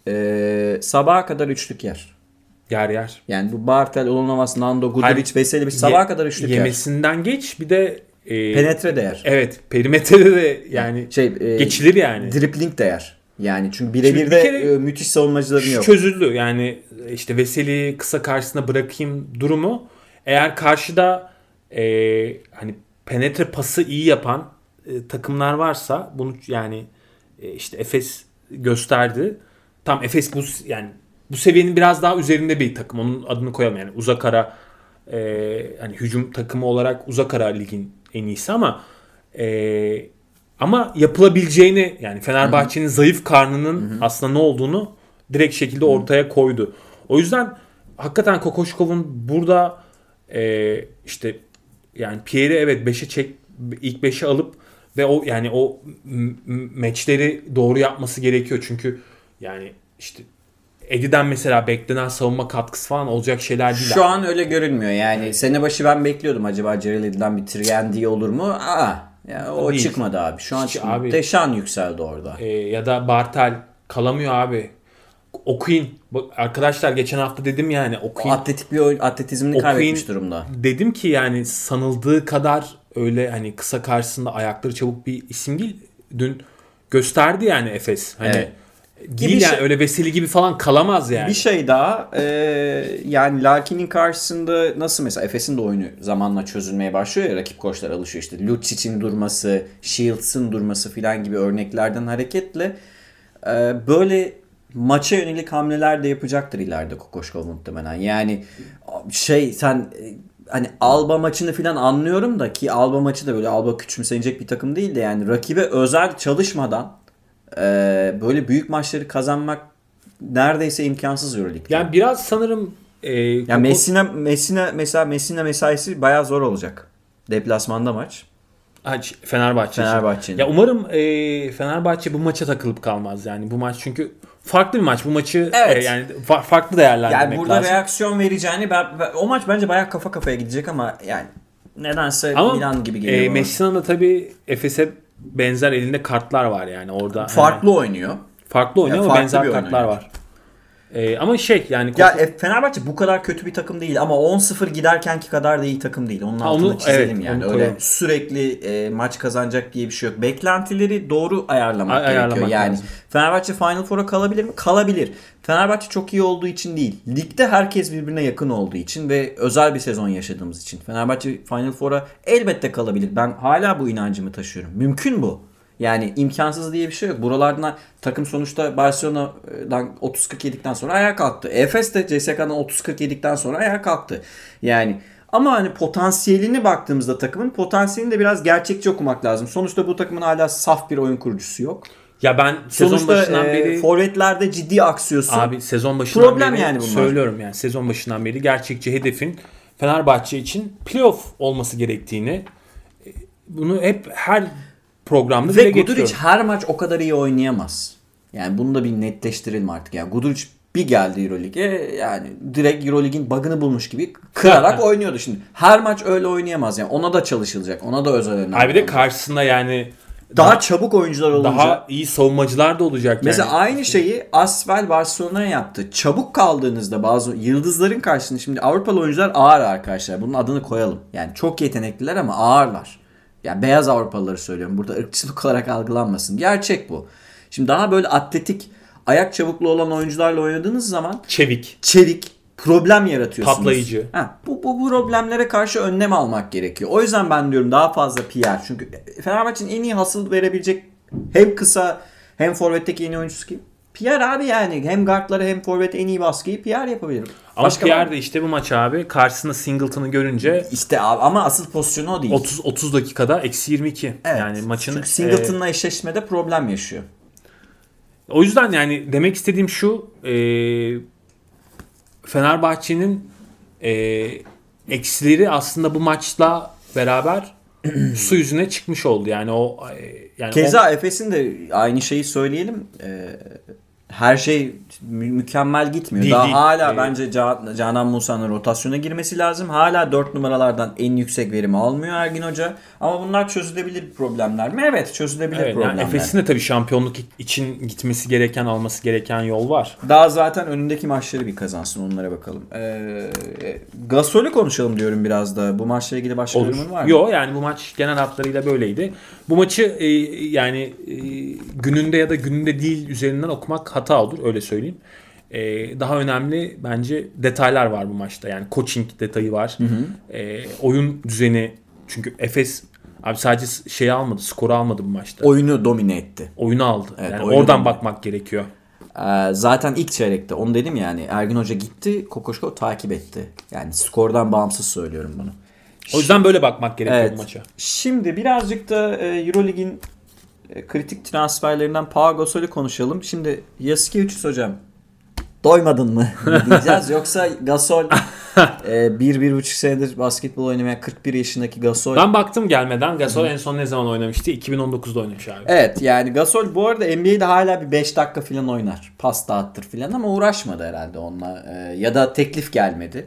sabaha kadar üçlük yer. Yer. Yani bu Bartel, Ulanovas, Nando, Guduric, Veseli sabaha kadar üçlük yer. Yemesinden geç bir de penetre değer. Evet, perimetrede de yani geçilir yani. Dribbling değer. Yani çünkü birebir de müthiş savunmacıların yok. Çözüldü. Yani işte Veseli kısa karşısına bırakayım durumu. Eğer karşıda hani penetre pası iyi yapan takımlar varsa bunu yani işte Efes gösterdi. Tam Efes bu seviyenin biraz daha üzerinde bir takım. Onun adını koyalım yani uzak ara hani hücum takımı olarak uzak ara ligin en iyisi ama yapılabileceğini yani Fenerbahçe'nin zayıf karnının aslında ne olduğunu direkt şekilde ortaya koydu. O yüzden hakikaten Kokoşkov'un burada işte yani Pierre'i evet 5'e ilk 5'e alıp ve o maçleri doğru yapması gerekiyor. Çünkü yani işte Eddie'den mesela beklenen savunma katkısı falan olacak şeyler değil. Şu an öyle görünmüyor. Yani sene başı ben bekliyordum acaba Jarrell Eddie'den bir Triendy olur mu? Yani o değil. Çıkmadı abi. Şu an çıkmadı. Deşan yükseldi orada. Ya da Bartel kalamıyor abi. Okuyun. Arkadaşlar geçen hafta dedim yani okuyun. Atletik bir oyun, atletizmini kaybetmiş durumda. Dedim ki yani sanıldığı kadar öyle hani kısa karşısında ayakları çabuk bir isim değil. Dün gösterdi yani Efes. Hani evet. Değil yani öyle Veseli gibi falan kalamaz yani. Bir şey daha yani Larkin'in karşısında nasıl mesela Efes'in de oyunu zamanla çözülmeye başlıyor ya, rakip koçlar alışıyor işte Lucic'in durması, Shields'ın durması filan gibi örneklerden hareketle böyle maça yönelik hamleler de yapacaktır ileride Kokoşkov muhtemelen. Yani sen hani Alba maçını filan anlıyorum da ki Alba maçı da böyle Alba küçümsenecek bir takım değil de yani rakibe özel çalışmadan böyle büyük maçları kazanmak neredeyse imkansız Euroleague'de. Yani biraz sanırım yani Messina mesaisi bayağı zor olacak. Deplasmanda maç. Fenerbahçe. Ya umarım Fenerbahçe bu maça takılıp kalmaz yani bu maç çünkü farklı bir maç. Bu maçı yani farklı değerlendirmek lazım. Yani burada reaksiyon vereceğini o maç bence bayağı kafa kafaya gidecek ama yani nedense Milan gibi geliyor. Messina'nın da tabii Efes'e benzer elinde kartlar var yani orada. Farklı oynuyor. Farklı oynuyor ama benzer kartlar var. Ama yani ya Fenerbahçe bu kadar kötü bir takım değil ama 10-0 giderkenki kadar da iyi takım değil. Onun altını çizelim yani. Öyle sürekli maç kazanacak diye bir şey yok. Beklentileri doğru ayarlamak gerekiyor. Yani lazım. Fenerbahçe Final Four'a kalabilir mi? Kalabilir. Fenerbahçe çok iyi olduğu için değil. Ligde herkes birbirine yakın olduğu için ve özel bir sezon yaşadığımız için. Fenerbahçe Final Four'a elbette kalabilir. Ben hala bu inancımı taşıyorum. Mümkün bu. Yani imkansız diye bir şey yok. Buralardan takım sonuçta Barcelona'dan 30-40 yedikten sonra ayağa kalktı. Efes de CSK'dan 30-40 yedikten sonra ayağa kalktı. Yani ama hani potansiyeline baktığımızda takımın potansiyelini de biraz gerçekçi okumak lazım. Sonuçta bu takımın hala saf bir oyun kurucusu yok. Ya ben sezon başından beri forvetlerde ciddi aksıyorsun. Abi sezon başından problem beri yani söylüyorum yani sezon başından beri gerçekçi hedefin Fenerbahçe için playoff olması gerektiğini, bunu hep her programda dile getiriyorum. Ve Guduric her maç o kadar iyi oynayamaz. Yani bunu da bir netleştirelim artık. Yani Guduric bir geldi Euroleague'e, yani direkt Euroleague'in bug'ını bulmuş gibi kırarak oynuyordu şimdi. Her maç öyle oynayamaz yani. Ona da çalışılacak. Ona da özel önemli. Abi de karşısında yani daha çabuk oyuncular olacak. Daha iyi savunmacılar da olacak yani. Mesela aynı şeyi Asvel Barcelona'ya yaptı. Çabuk kaldığınızda bazı yıldızların karşısında, şimdi Avrupalı oyuncular ağır arkadaşlar. Bunun adını koyalım. Yani çok yetenekliler ama ağırlar. Yani beyaz Avrupalıları söylüyorum. Burada ırkçılık olarak algılanmasın. Gerçek bu. Şimdi daha böyle atletik, ayak çabuklu olan oyuncularla oynadığınız zaman çevik problem yaratıyorsunuz. Patlayıcı. Bu problemlere karşı önlem almak gerekiyor. O yüzden ben diyorum daha fazla PR. Çünkü Fenerbahçe'nin en iyi hasıl verebilecek hem kısa hem forvetteki en iyi oyuncusu kim? PR abi yani. Hem guardlara hem forvete en iyi baskıyı PR yapabilirim. Ama PR de işte bu maç abi. Karşısında Singleton'ı görünce. İşte abi, ama asıl pozisyonu o değil. 30 dakikada -22. Evet. Yani maçın. Çünkü Singleton'la eşleşmede problem yaşıyor. O yüzden yani demek istediğim şu. Fenerbahçe'nin eksileri aslında bu maçla beraber su yüzüne çıkmış oldu. Yani keza Efes'in de aynı şeyi söyleyelim. Her şey mükemmel gitmiyor. Daha hala bence Canan Musa'nın rotasyona girmesi lazım. Hala 4 numaralardan en yüksek verimi almıyor Ergin Hoca. Ama bunlar çözülebilir problemler mi? Evet, çözülebilir problemler. Yani Efes'in de tabii şampiyonluk için gitmesi gereken, alması gereken yol var. Daha zaten önündeki maçları bir kazansın, onlara bakalım. Gasol'ü konuşalım diyorum biraz da. Bu maçla ilgili başka yorumun var mı? Yok yani bu maç genel hatlarıyla böyleydi. Bu maçı gününde ya da gününde değil üzerinden okumak hata olur, öyle söyleyeyim. Daha önemli bence detaylar var bu maçta. Yani coaching detayı var. Oyun düzeni. Çünkü Efes abi sadece almadı, skoru almadı bu maçta. Oyunu domine etti. Oyunu aldı. Evet, yani oradan bakmak gerekiyor. Zaten ilk çeyrekte onu dedim yani, Ergin Hoca gitti, Kokoşko takip etti. Yani skordan bağımsız söylüyorum bunu. O yüzden böyle bakmak gerekiyor bu maça. Şimdi birazcık da Euroleague'in kritik transferlerinden Pau Gasol'ü konuşalım. Şimdi Jasikevičius hocam, doymadın mı diyeceğiz yoksa Gasol 1-1,5 senedir basketbol oynamayan 41 yaşındaki Gasol. Ben baktım gelmeden Gasol en son ne zaman oynamıştı? 2019'da oynamış abi. Evet yani Gasol bu arada NBA'de hala bir 5 dakika falan oynar. Pas dağıttır falan ama uğraşmadı herhalde onunla. Ya da teklif gelmedi.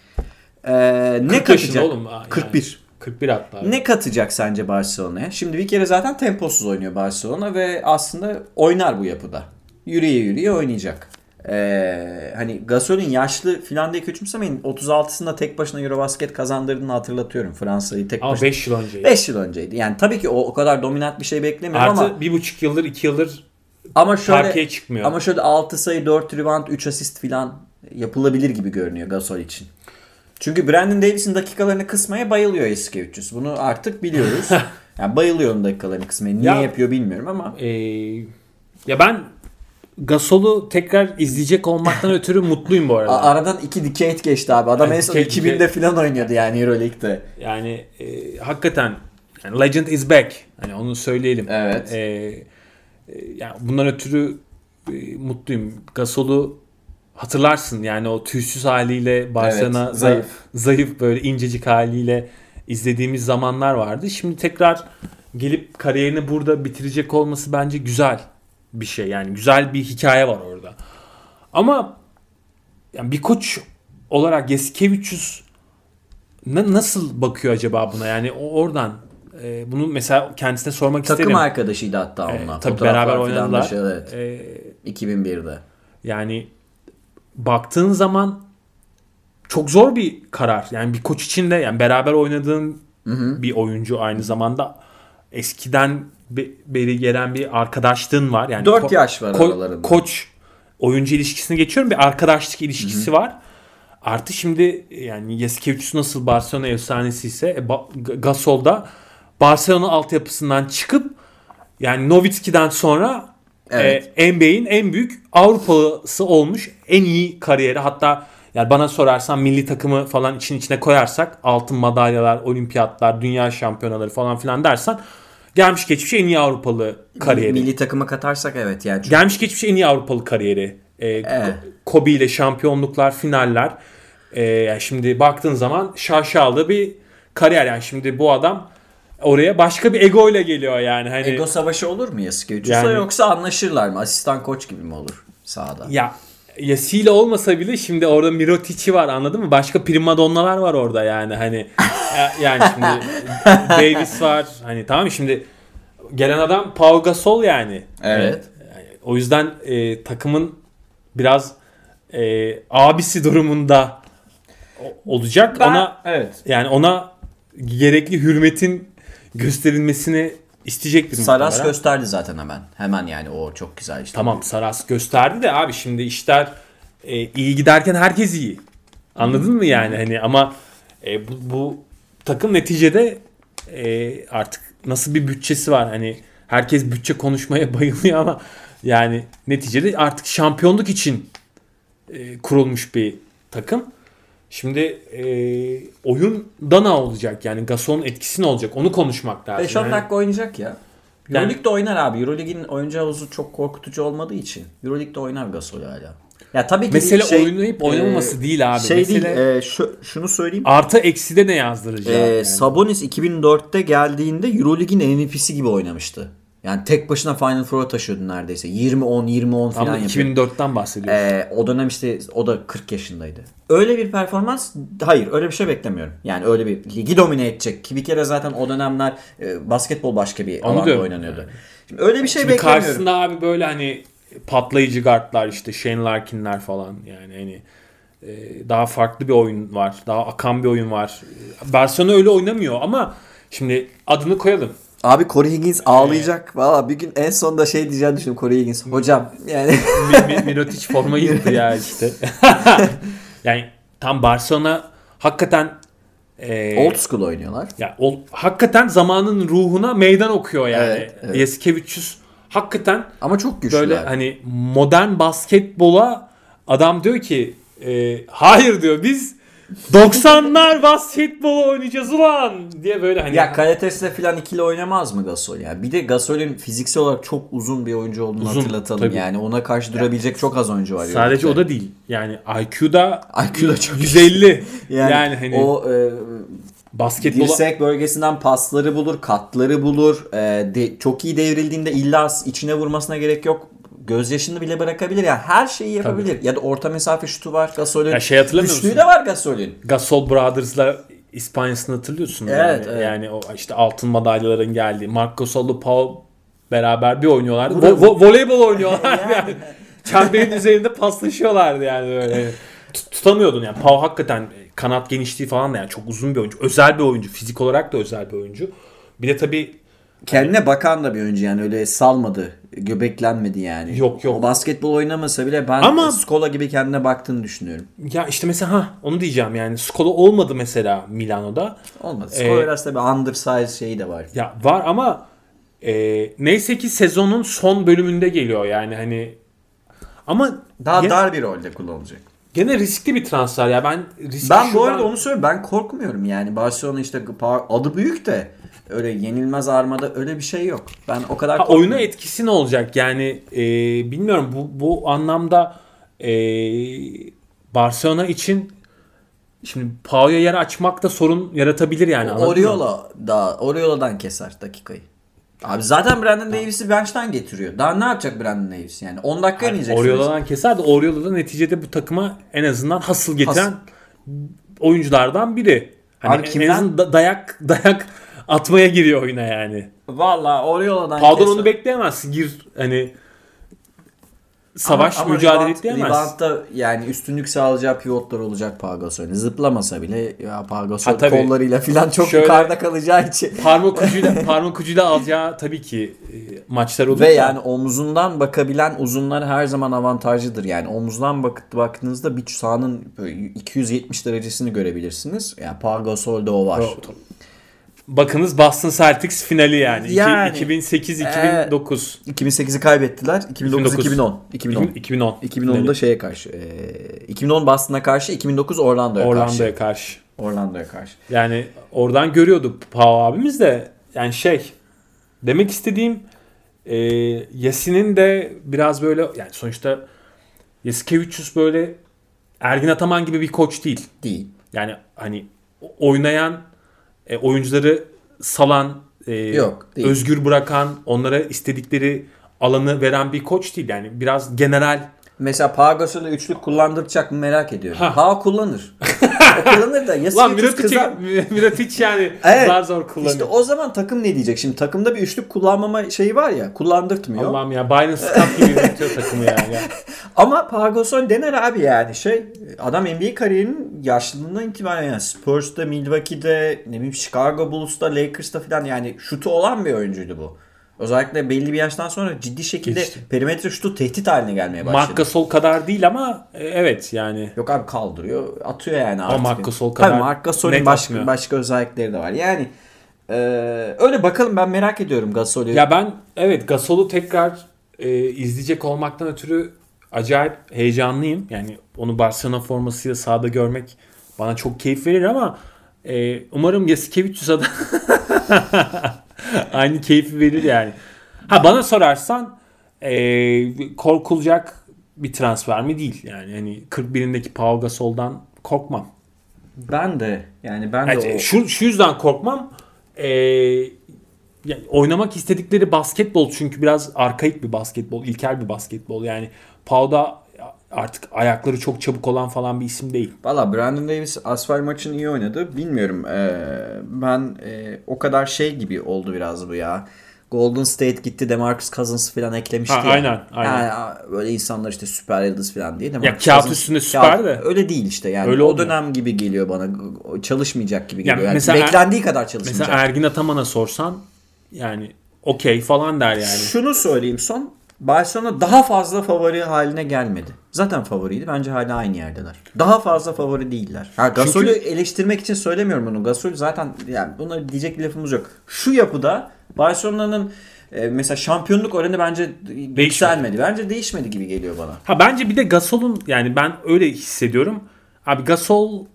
Ne katacak? Oğlum, 41. Yani 41 hatta. Ne katacak sence Barcelona'ya? Şimdi bir kere zaten temposuz oynuyor Barcelona ve aslında oynar bu yapıda. Yürüye oynayacak. Hani Gasol'ün yaşlı filan diye küçümsemeyin. 36'sında tek başına Eurobasket kazandırdığını hatırlatıyorum. Fransa'yı tek başına. Ama 5 yıl önceydi. 5 yıl önceydi. Yani tabii ki o kadar dominant bir şey beklemiyorum ama. Artı 1,5 yıldır 2 yıldır ama şöyle, çıkmıyor. Ama şöyle 6 sayı 4 rebound 3 asist filan yapılabilir gibi görünüyor Gasol için. Çünkü Brandon Davis'in dakikalarını kısmaya bayılıyor Jasikevičius. Bunu artık biliyoruz. Yani bayılıyor onun dakikalarını kısmaya. Niye yapıyor bilmiyorum ama. Ya ben Gasol'u tekrar izleyecek olmaktan ötürü mutluyum bu arada. Aradan 2 decade geçti abi. Adam en son 2000'de falan oynuyordu yani Euroleague'de. Yani hakikaten yani legend is back. Hani onu söyleyelim. Evet. Yani bundan ötürü mutluyum. Gasol'u hatırlarsın yani o tüysüz haliyle Barcelona, evet, zayıf böyle incecik haliyle izlediğimiz zamanlar vardı. Şimdi tekrar gelip kariyerini burada bitirecek olması bence güzel bir şey. Yani güzel bir hikaye var orada. Ama yani bir koç olarak Jasikevičius nasıl bakıyor acaba buna? Yani oradan bunu mesela kendisine sormak isterim. Takım arkadaşıydı hatta onunla. Tabii beraber oynadılar. 2001'de. Yani baktığın zaman çok zor bir karar. Yani bir koç için de, yani beraber oynadığın bir oyuncu, aynı zamanda eskiden beri gelen bir arkadaşlığın var. Yani 4 yaş var aralarında. Koç oyuncu ilişkisini geçiyorum, bir arkadaşlık ilişkisi var. Artı şimdi yani Jasikevičius nasıl Barcelona efsanesi ise Gasol da Barcelona altyapısından çıkıp yani Nowitzki'den sonra NBA'in en büyük Avrupalısı olmuş, en iyi kariyeri. Hatta yani bana sorarsan milli takımı falan içine koyarsak, altın madalyalar, olimpiyatlar, dünya şampiyonaları falan filan dersen, gelmiş geçmiş en iyi Avrupalı kariyeri. Milli takıma katarsak evet yani. Gelmiş geçmiş en iyi Avrupalı kariyeri. Kobe ile şampiyonluklar, finaller. Yani şimdi baktığın zaman şaşalı bir kariyer. Yani şimdi bu adam oraya başka bir ego ile geliyor yani. Hani ego savaşı olur mu Jasikevičius'la, yoksa anlaşırlar mı? Asistan koç gibi mi olur sahada? Ya Yasi'yle olmasa bile şimdi orada Mirotic'i var, anladın mı? Başka primadonnalar var orada yani, hani yani şimdi Davis var. Hani tamam, şimdi gelen adam Pau Gasol yani. Evet. O yüzden takımın biraz abisi durumunda olacak. Yani ona gerekli hürmetin gösterilmesini isteyecektir. Saras gösterdi zaten hemen yani, o çok güzel işte. Tamam, Saras gösterdi de abi şimdi işler iyi giderken herkes iyi. Anladın mı yani? Hani ama bu takım neticede artık nasıl bir bütçesi var? Hani herkes bütçe konuşmaya bayılıyor ama yani neticede artık şampiyonluk için kurulmuş bir takım. Şimdi oyunda ne olacak? Yani Gasol'un etkisi ne olacak? Onu konuşmak lazım. 5-10 dakika oynayacak ya. Euroleague'de oynar abi. Euroleague'in oyuncu havuzu çok korkutucu olmadığı için Euroleague'de oynar Gasol hala. Ya tabii ki mesele oynayıp oynamaması değil abi. Mesele değil. Şunu söyleyeyim. Artı eksi de ne yazdıracağım? Yani. Sabonis 2004'te geldiğinde Euroleague'in MVP'si gibi oynamıştı. Yani tek başına Final Four'a taşıyordu neredeyse. 20-10 falan yapıyor. 2004'ten bahsediyoruz. O dönem işte o da 40 yaşındaydı. Öyle bir performans, hayır öyle bir şey beklemiyorum. Yani öyle bir ligi domine edecek ki bir kere zaten o dönemler basketbol başka bir alanda oynanıyordu. Şimdi öyle bir şey şimdi beklemiyorum. Karşısında abi böyle hani patlayıcı guardlar, işte Shane Larkin'ler falan, yani hani daha farklı bir oyun var. Daha akan bir oyun var. Barcelona öyle oynamıyor ama şimdi adını koyalım. Abi Corey Higgins ağlayacak. Valla bir gün en sonunda şey diyeceğini düşünüyorum Corey Higgins. Hocam yani. Mirotic forma yırttı ya işte. Yani tam Barcelona hakikaten old school oynuyorlar. Ya hakikaten zamanın ruhuna meydan okuyor yani. Evet. Jasikevičius hakikaten ama çok güçlü. Böyle hani modern basketbola adam diyor ki hayır diyor, biz 90'lar basketbol oynayacağız ulan diye böyle hani. Ya Kaletes'le falan ikili oynamaz mı Gasol ya? Bir de Gasol'ün fiziksel olarak çok uzun bir oyuncu olduğunu hatırlatalım. Tabii. Yani ona karşı durabilecek çok az oyuncu var. Sadece o da değil. Yani IQ'da çok 150. yani hani o basketbola dirsek bölgesinden pasları bulur, katları bulur. Çok iyi devrildiğinde illa içine vurmasına gerek yok. Gözyaşını bile bırakabilir ya. Yani her şeyi yapabilir. Tabii. Ya da orta mesafe şutu var Gasol'ün. Ya şey hatırlamıyor musun? Üçlüğü de var Gasol'ün. Gasol Brothers'la İspanya'sını hatırlıyorsun. Evet, yani. Yani o işte altın madalyaların geldiği. Marc Gasol'la Pau beraber bir oynuyorlardı. Voleybol oynuyorlardı yani. Çemberin üzerinde paslaşıyorlardı yani böyle. Tutamıyordun yani. Pau hakikaten kanat genişliği falan da yani çok uzun bir oyuncu. Özel bir oyuncu. Fizik olarak da özel bir oyuncu. Bir de tabii kendine bakan da bir oyuncu yani, öyle salmadı. Göbeklenmedi yani. Yok. O basketbol oynamasa bile ben Scola gibi kendine baktığını düşünüyorum. Ya işte mesela onu diyeceğim yani. Scola olmadı mesela Milano'da. Olmadı. Scola biraz tabii undersize şeyi de var. Ya var ama neyse ki sezonun son bölümünde geliyor yani hani. Ama daha dar bir rolde kullanılacak. Gene riskli bir transfer ya. Ben bu arada onu söyleyeyim. Ben korkmuyorum yani. Barcelona işte adı büyük de öyle yenilmez armada öyle bir şey yok. Ben o kadar korkmuyorum. Oyuna etkisi ne olacak? Yani bilmiyorum bu anlamda Barcelona için şimdi Pau'ya yer açmak da sorun yaratabilir yani. Oriola'dan keser dakikayı. Abi zaten Brandon Davis'i bench'ten getiriyor. Daha ne yapacak Brandon Davis yani? 10 dakika oynayacak. Oriola'dan keser de Oriola da neticede bu takıma en azından hasıl getiren oyunculardan biri. Hani en azından dayak atmaya giriyor oyuna yani. Vallahi Oriola'dan Pau'dan onu bekleyemezsin. Gir hani savaş mücadele ekleyemez. Rebound'da yani üstünlük sağlayacağı pivotlar olacak Pau Gasol'ün. Zıplamasa bile ya Pau Gasol kollarıyla falan çok yukarıda kalacağı için. Parmak ucuyla alacağı tabii ki maçlar olur. Ve yani omuzundan bakabilen uzunlar her zaman avantajlıdır. Yani omuzdan baktığınızda bir sahanın 270 derecesini görebilirsiniz. Yani Pau Gasol'de o var. Bakınız Boston Celtics finali yani. 2008-2009. 2008'i kaybettiler. 2009-2010. 2010'da şeye karşı. 2010 Boston'a karşı, 2009 Orlando'ya karşı. Orlando'ya karşı. Yani oradan görüyordu Pau abimiz de. Yani demek istediğim Yasin'in de biraz böyle yani sonuçta Yasikevicius böyle Ergin Ataman gibi bir koç değil. Değil. Yani hani oynayan oyuncuları salan, yok, değil. Özgür bırakan, onlara istedikleri alanı veren bir koç değil. Yani biraz general. Mesela Pau Gasol'ü üçlük kullandıracak mı merak ediyorum. Pau kullanır. O kullanır da Mirotic yani zor kullanıyor. İşte o zaman takım ne diyecek? Şimdi takımda bir üçlük kullanmama şeyi var ya, kullandırtmıyor. Allah'ım ya, Byron Scott gibi yönetiyor takımı yani. Ama Pau Gasol dener abi yani adam NBA kariyerinin yaşlılığından itibaren yani Spurs'ta, Milwaukee'de, ne bileyim Chicago Bulls'ta, Lakers'ta falan yani şutu olan bir oyuncuydu bu. Özellikle belli bir yaştan sonra ciddi şekilde perimetre şutu tehdit haline gelmeye başladı. Marc Gasol kadar değil ama evet yani. Yok abi, kaldırıyor, atıyor yani artık. Ama Marc Gasol kadar. Tabii Marc Gasol'ün başka özellikleri de var. Yani öyle bakalım, ben merak ediyorum Gasol'ü. Ya ben Gasol'u tekrar izleyecek olmaktan ötürü acayip heyecanlıyım. Yani onu Barcelona formasıyla sahada görmek bana çok keyif verir ama umarım Yasikevicius'a da aynı keyfi verir yani. Bana sorarsan korkulacak bir transfer mi değil yani. Hani 41'indeki Pau Gasol'dan korkmam. Ben de şu yüzden korkmam. Yani oynamak istedikleri basketbol çünkü biraz arkaik bir basketbol, ilkel bir basketbol. Yani Pau'da artık ayakları çok çabuk olan falan bir isim değil. Valla Brandon Davis asfalt maçını iyi oynadı. Bilmiyorum. Ben o kadar gibi oldu biraz bu ya. Golden State gitti, DeMarcus Cousins falan eklemişti ya. Aynen. Yani böyle insanlar işte süper yıldız falan diye. Ya kağıt üstünde süper de. Öyle değil işte yani. Öyle o dönem gibi geliyor bana. Çalışmayacak gibi geliyor. Yani mesela beklendiği kadar çalışmayacak. Mesela Ergin Ataman'a sorsan yani okey falan der yani. Şunu söyleyeyim son. Barcelona daha fazla favori haline gelmedi. Zaten favoriydi. Bence hala aynı yerdeler. Daha fazla favori değiller. Gasol'ü eleştirmek için söylemiyorum bunu. Gasol zaten yani buna diyecek bir lafımız yok. Şu yapıda Barcelona'nın mesela şampiyonluk oranı bence yükselmedi. Bence değişmedi gibi geliyor bana. Bence bir de Gasol'un yani ben öyle hissediyorum. Abi Gasol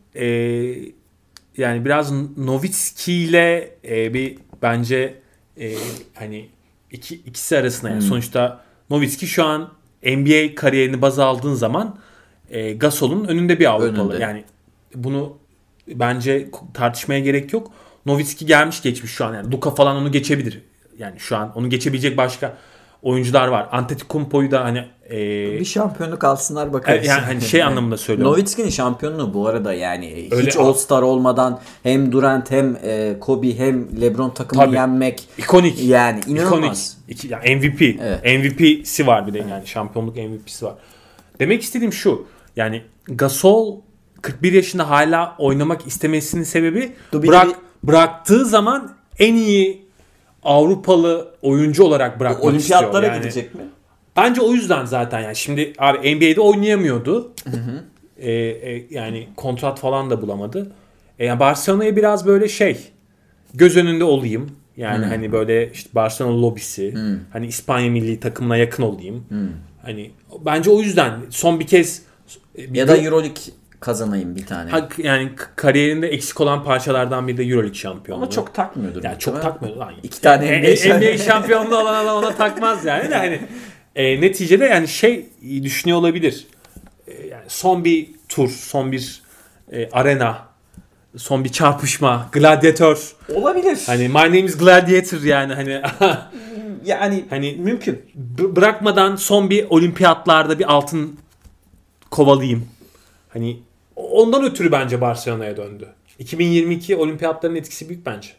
yani biraz Nowitzki ile bir bence hani ikisi arasında yani sonuçta Nowitzki şu an NBA kariyerini baz aldığın zaman Gasol'un önünde bir Avrupalı. Yani bunu bence tartışmaya gerek yok. Nowitzki gelmiş geçmiş şu an yani Luka falan onu geçebilir. Yani şu an onu geçebilecek başka oyuncular var. Antetokounmpo'yu da hani bir şampiyonluk alsınlar bakarız. Yani hani anlamında söylüyorum. Nowitzki'nin şampiyonluğu bu arada yani öyle hiç All-Star olmadan hem Durant hem Kobe hem LeBron takımını yenmek ikonik. Yani inanılmaz. Yani MVP. Evet. MVP'si var bir de yani şampiyonluk MVP'si var. Demek istediğim şu. Yani Gasol 41 yaşında hala oynamak istemesinin sebebi bıraktığı zaman en iyi Avrupalı oyuncu olarak bırakmak istiyor. Olimpiyatlara gidecek mi? Bence o yüzden zaten yani. Şimdi abi NBA'de oynayamıyordu. Yani kontrat falan da bulamadı. Yani Barcelona'ya biraz böyle göz önünde olayım. Yani hani böyle işte Barcelona lobisi. Hani İspanya milli takımına yakın olayım. Hani bence o yüzden son bir kez ya da EuroLeague kazanayım bir tane. Yani kariyerinde eksik olan parçalardan biri de EuroLeague şampiyonluğu. Ama çok takmıyordur. Yani çok takmıyordur. Yani 2 tane NBA şampiyonluğu olan adam ona takmaz yani de hani neticede yani düşünüyor olabilir. Yani son bir tur, son bir arena, son bir çarpışma, gladyatör. Olabilir. Hani my name is Gladiator yani hani yani hani mümkün. Bırakmadan son bir olimpiyatlarda bir altın kovalayayım. Hani ondan ötürü bence Barcelona'ya döndü. 2022 olimpiyatların etkisi büyük bence.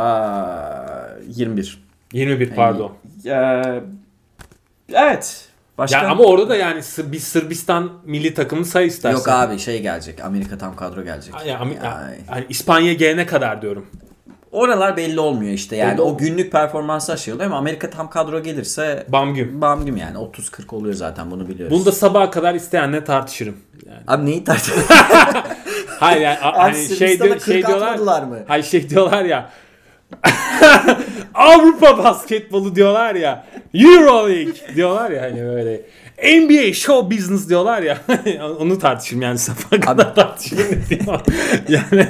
21. 21 pardon. Evet. Başka? Ya ama orada da yani bir Sırbistan milli takımını say istersen. Yok abi şey gelecek. Amerika tam kadro gelecek. Yani İspanya'ya gelene kadar diyorum. Oralar belli olmuyor işte. Yani Orada o günlük performanslar şey oluyor ama Amerika tam kadro gelirse bam güm. bam güm yani 30-40 oluyor zaten, bunu biliyoruz. Bunu da sabaha kadar isteyenle tartışırım. Yani. Abi neyi tartışıyorsun? Hayır yani hani şey diyorlar mı? Hayır şey diyorlar ya. Avrupa basketbolu diyorlar ya. Euroleague diyorlar ya hani böyle. NBA show business diyorlar ya. Onu tartışırım yani sabaha kadar tartışırım diyor. Yani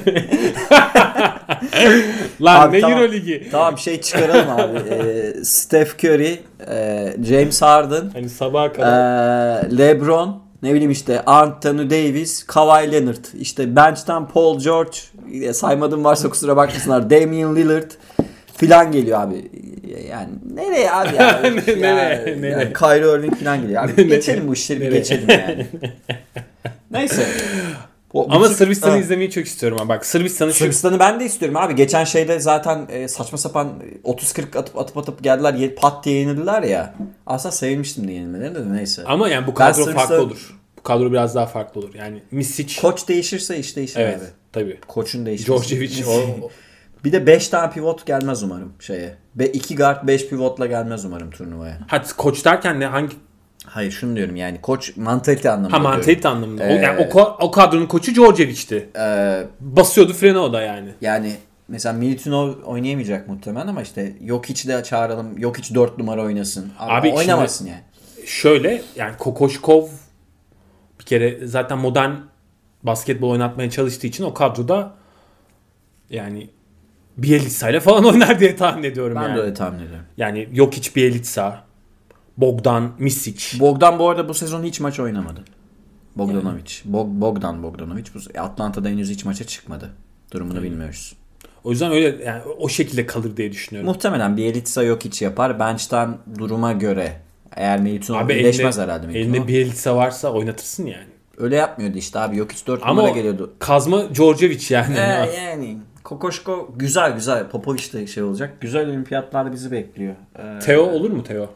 lan abi, ne tamam, Euroligi. Tamam şey çıkaralım abi. Steph Curry, James Harden, hani sabaha kadar. LeBron, ne bileyim işte Anthony Davis, Kawhi Leonard, işte bench'ten Paul George, saymadığım varsa kusura bakmasınlar, Damian Lillard filan geliyor abi. Yani nereye abi ya? Nereye? Yani Kyrie Irving filan geliyor abi. Geçelim bu işleri, bir geçelim yani. Neyse. Ama Sırbistan'ı izlemeyi çok istiyorum ama bak Sırbistan'ı ben de istiyorum abi. Geçen şeyde zaten saçma sapan 30-40 atıp geldiler, pat diye yenildiler ya. Aslında sevinmiştim de yenilmeleri de neyse. Ama yani bu kadro farklı olur. Bu kadro biraz daha farklı olur. Yani Misic. Koç değişirse iş değişir evet, abi. Tabii. Koçun değişmesi. Djordjevic Bir de 5 tane pivot gelmez umarım şeye. 2 guard 5 pivotla gelmez umarım turnuvaya. Hadi koç derken ne, hangi? Hayır şunu diyorum yani koç mantalite anlamında. Ha mantalite anlamında. Yani o kadronun koçu Djordjevic'ti. Basıyordu frene o da yani. Yani mesela Militinov oynayamayacak muhtemelen ama işte Jokic'i de çağıralım. Jokic 4 numara oynasın. Abi oynamasın yani. Şöyle yani Kokoşkov bir kere zaten modern basketbol oynatmaya çalıştığı için o kadroda yani Bielitsa ile falan oynar diye tahmin ediyorum yani. Ben de öyle tahmin ediyorum. Yani Jokic, Bielitsa, Bogdan, Misic. Bogdan bu arada bu sezon hiç maç oynamadı. Bogdanovic. Bogdanovic. Atlanta'da henüz hiç maça çıkmadı. Durumunu bilmiyoruz. O yüzden öyle yani o şekilde kalır diye düşünüyorum. Muhtemelen Bielitsa Jokic yapar. Bench'ten duruma göre. Eğer Militinov birleşmez herhalde. Elinde Bielitsa varsa oynatırsın yani. Öyle yapmıyordu işte abi. Jokic 4 numara geliyordu. Kazma Djordjevic yani. Yani Kokoşko güzel. Popovic de şey olacak. Güzel olimpiyatlar bizi bekliyor. Teo olur mu Teo?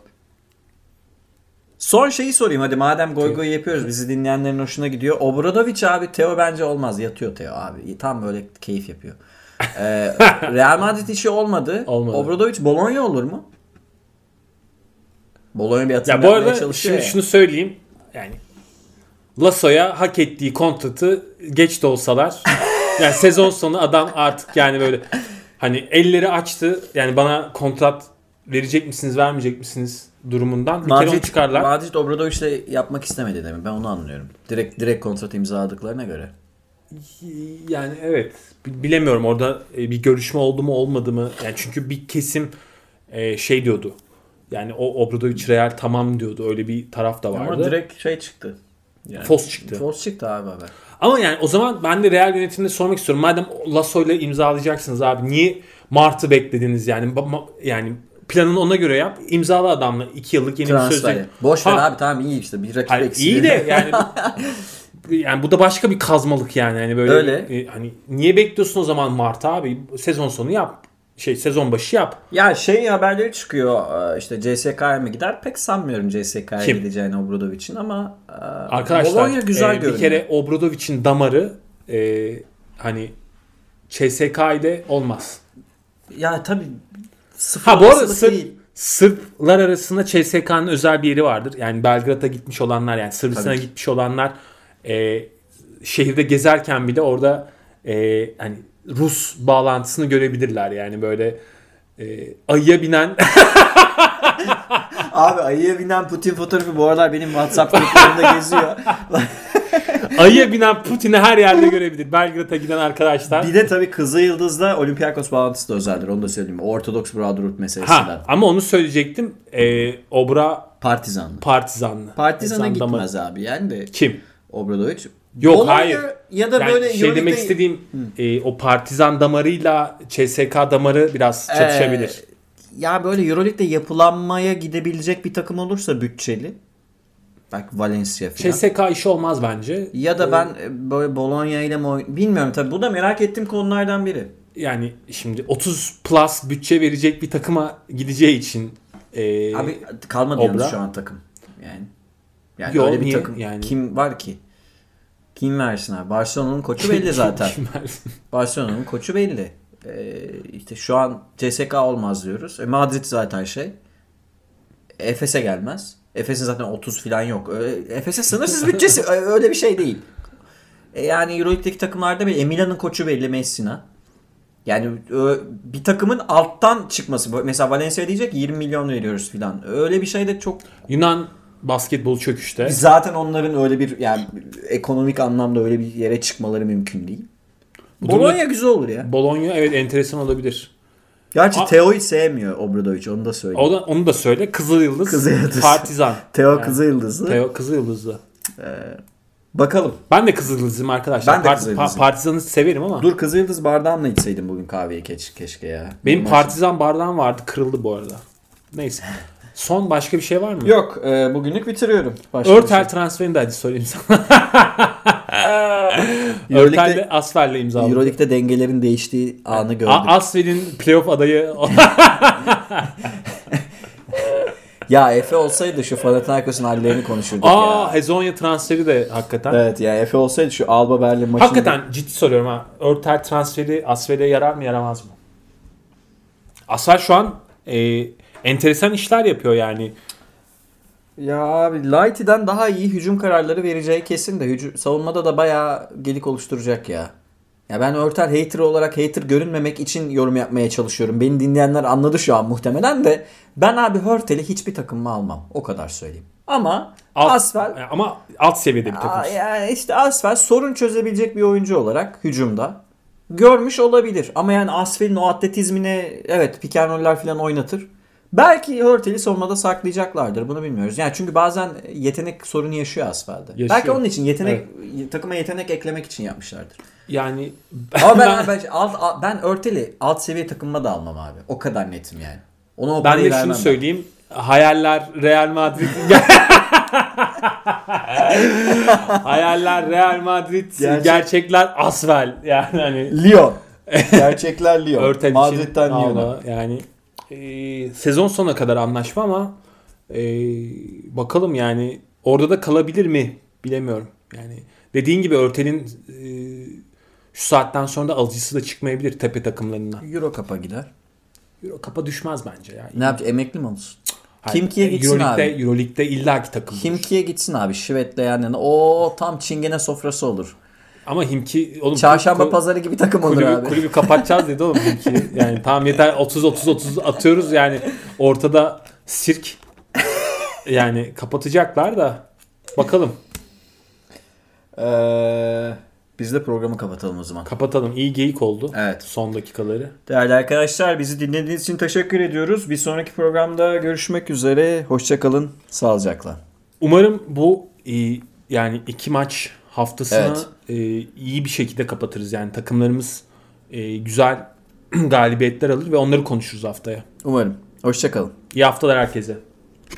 Son şeyi sorayım hadi madem goy yapıyoruz. Bizi dinleyenlerin hoşuna gidiyor. Obradovic abi Teo bence olmaz. Yatıyor Teo abi. Tam böyle keyif yapıyor. Real Madrid işi olmadı. Obradovic Bologna olur mu? Bologna bir atım yapmaya çalışıyor ya. Şunu söyleyeyim. Yani Lasso'ya hak ettiği kontratı geç de olsalar yani sezon sonu adam artık yani böyle hani elleri açtı. Yani bana kontrat verecek misiniz, vermeyecek misiniz durumundan bir kere onu çıkarlar. Madrid Obradovic'le yapmak istemedi demek. Ben onu anlıyorum. Direkt kontrat imzaladıklarına göre. Yani evet. Bilemiyorum orada bir görüşme oldu mu olmadı mı? Yani çünkü bir kesim şey diyordu. Yani o Obradovic Real tamam diyordu. Öyle bir taraf da vardı. Ama direkt şey çıktı. Yani Fos çıktı. Fos çıktı abi. Ama yani o zaman ben de Real yönetiminde sormak istiyorum. Madem Lasso'yla imzalayacaksınız abi niye Mart'ı beklediniz yani? Yani planını ona göre yap. İmzalı adamla 2 yıllık yeni bir sözleşme. Boş ver abi tamam iyi işte bir rakip eksiği. İyi de yani yani bu da başka bir kazmalık yani. Hani böyle öyle. Hani niye bekliyorsun o zaman Mart abi? Sezon sonu yap. Sezon başı yap. Ya haberleri çıkıyor işte CSK'ya mı gider? Pek sanmıyorum CSK'ya gideceğini Obradovic'in ama arkadaşlar Bologna güzel görünüyor. Bir kere Obradovic'in damarı hani CSK ile olmaz. Ya tabii bu arada Sırplar arasında CSK'nın özel bir yeri vardır. Yani Belgrad'a gitmiş olanlar yani Sırbistan'a gitmiş olanlar şehirde gezerken bile orada hani Rus bağlantısını görebilirler. Yani böyle ayıya binen abi ayıya binen Putin fotoğrafı bu aralar benim WhatsApp gruplarımda geziyor. Ayıya binen Putin'i her yerde görebilir. Belgrad'a giden arkadaşlar. Bir de tabii Kızılyıldız'da Olympiakos bağlantısı da özeldir. Onu da söyleyeyim. Ortodoks Brotherhood meselesinden. Ama onu söyleyecektim. Obra Partizanlı. Partizan'a gitmez abi yani de. Kim? Obradovic. Yok Bologna, hayır. Ya da yani böyle demek istediğim o Partizan damarıyla CSK damarı biraz çatışabilir. Ya böyle Euroleague'de yapılanmaya gidebilecek bir takım olursa bütçeli. Bak Valencia falan. CSK işi olmaz bence. Ya da ben böyle Bologna ile bilmiyorum tabii. Bu da merak ettiğim konulardan biri. Yani şimdi 30 plus bütçe verecek bir takıma gideceği için abi kalmadı yalnız şu an takım. Yani Yani öyle bir takım yani. Kim var ki? Kim versin abi? Barcelona'nın koçu belli zaten. Barcelona'nın koçu belli. İşte şu an CSK olmaz diyoruz. Madrid zaten şey. Efes'e gelmez. Efes'in zaten 30 falan yok. Efes'e sınırsız bütçesi öyle bir şey değil. Yani Euroleague'deki takımlarda bile Milan'ın koçu belli, Messina. Yani bir takımın alttan çıkması. Mesela Valencia diyecek 20 milyon veriyoruz falan. Öyle bir şey de çok... Yunan basketbol çöküşte. Zaten onların öyle bir yani ekonomik anlamda öyle bir yere çıkmaları mümkün değil. Bologna güzel olur ya. Bologna evet enteresan olabilir. Gerçi Teo'yu sevmiyor Obradovic, onu da söyleyeyim. Onu da söyle. Kızılyıldız. Partizan. Teo yani. Kızılyıldızlı. Teo Kızılyıldızlı. Bakalım. Ben de Kızılyıldızlıyım arkadaşlar. Ben de Partizan'ı severim ama. Dur, Kızılyıldız bardağımla içseydim bugün kahveyi keşke ya. Benim Partizan bardağım vardı, kırıldı bu arada. Neyse. Son başka bir şey var mı? Yok. Bugünlük bitiriyorum. Örtel transferini de hadi söyleyeyim sana. Örtel'le Asfer'le imzaladı. Euroleague'de dengelerin değiştiği anı gördük. Asfer'in playoff adayı. Ya Efe olsaydı şu Panathinaikos'un hallerini konuşurduk ya. Hezonya transferi de hakikaten. Evet ya, Efe olsaydı şu Alba Berlin maçında. Hakikaten ciddi soruyorum ha. Örtel transferi Asfer'e yarar mı yaramaz mı? Asfer şu an enteresan işler yapıyor yani. Ya abi Lighty'den daha iyi hücum kararları vereceği kesin de savunmada da bayağı gelik oluşturacak ya. Ya ben Örtel hater olarak hater görünmemek için yorum yapmaya çalışıyorum. Beni dinleyenler anladı şu an muhtemelen de. Ben abi Hörtel'i hiçbir takımıma almam. O kadar söyleyeyim. Ama Asfer... Ama alt seviyede bir takım. Yani işte Asfer sorun çözebilecek bir oyuncu olarak hücumda görmüş olabilir. Ama yani Asfer'in o atletizmine evet pick and roll'ler falan oynatır. Belki Hörtel'i savunmada saklayacaklardır. Bunu bilmiyoruz. Yani çünkü bazen yetenek sorunu yaşıyor Asfer'de. Belki onun için takıma yetenek eklemek için yapmışlardır. Yani ama ben Örtel'i alt seviye takımıma da almam abi. O kadar netim yani. Ona ben de şunu söyleyeyim. Hayaller Real Madrid. Hayaller Real Madrid, gerçekler Asfer. Yani hani Lyon. Gerçekler Lyon. Örtel Madrid'den Lyon'a. Yani sezon sonuna kadar anlaşma ama bakalım yani orada da kalabilir mi bilemiyorum. Yani dediğin gibi Örtel'in şu saatten sonra da alıcısı da çıkmayabilir tepe takımlarından. Euro Cup'a gider. Euro Cup'a düşmez bence ya. Ne yapacak? Emekli mi olsun? Kimki'ye gitsin abi. Euroleague'de illaki takım. Kimki'ye gitsin abi. Şivet'le yani. O tam çingene sofrası olur. Ama Himki oğlum çarşamba pazarı gibi takım olur abi. Kulübü kapatacağız dedi oğlum Himki. Yani tamam yeter 30 atıyoruz yani ortada sirk. Yani kapatacaklar da bakalım. Biz de programı kapatalım o zaman. Kapatalım. İyi geyik oldu. Evet. Son dakikaları. Değerli arkadaşlar, bizi dinlediğiniz için teşekkür ediyoruz. Bir sonraki programda görüşmek üzere. Hoşça kalın. Sağlıcakla. Umarım bu yani 2 maç haftasını iyi bir şekilde kapatırız. Yani takımlarımız güzel galibiyetler alır ve onları konuşuruz haftaya. Umarım. Hoşça kalın. İyi haftalar herkese.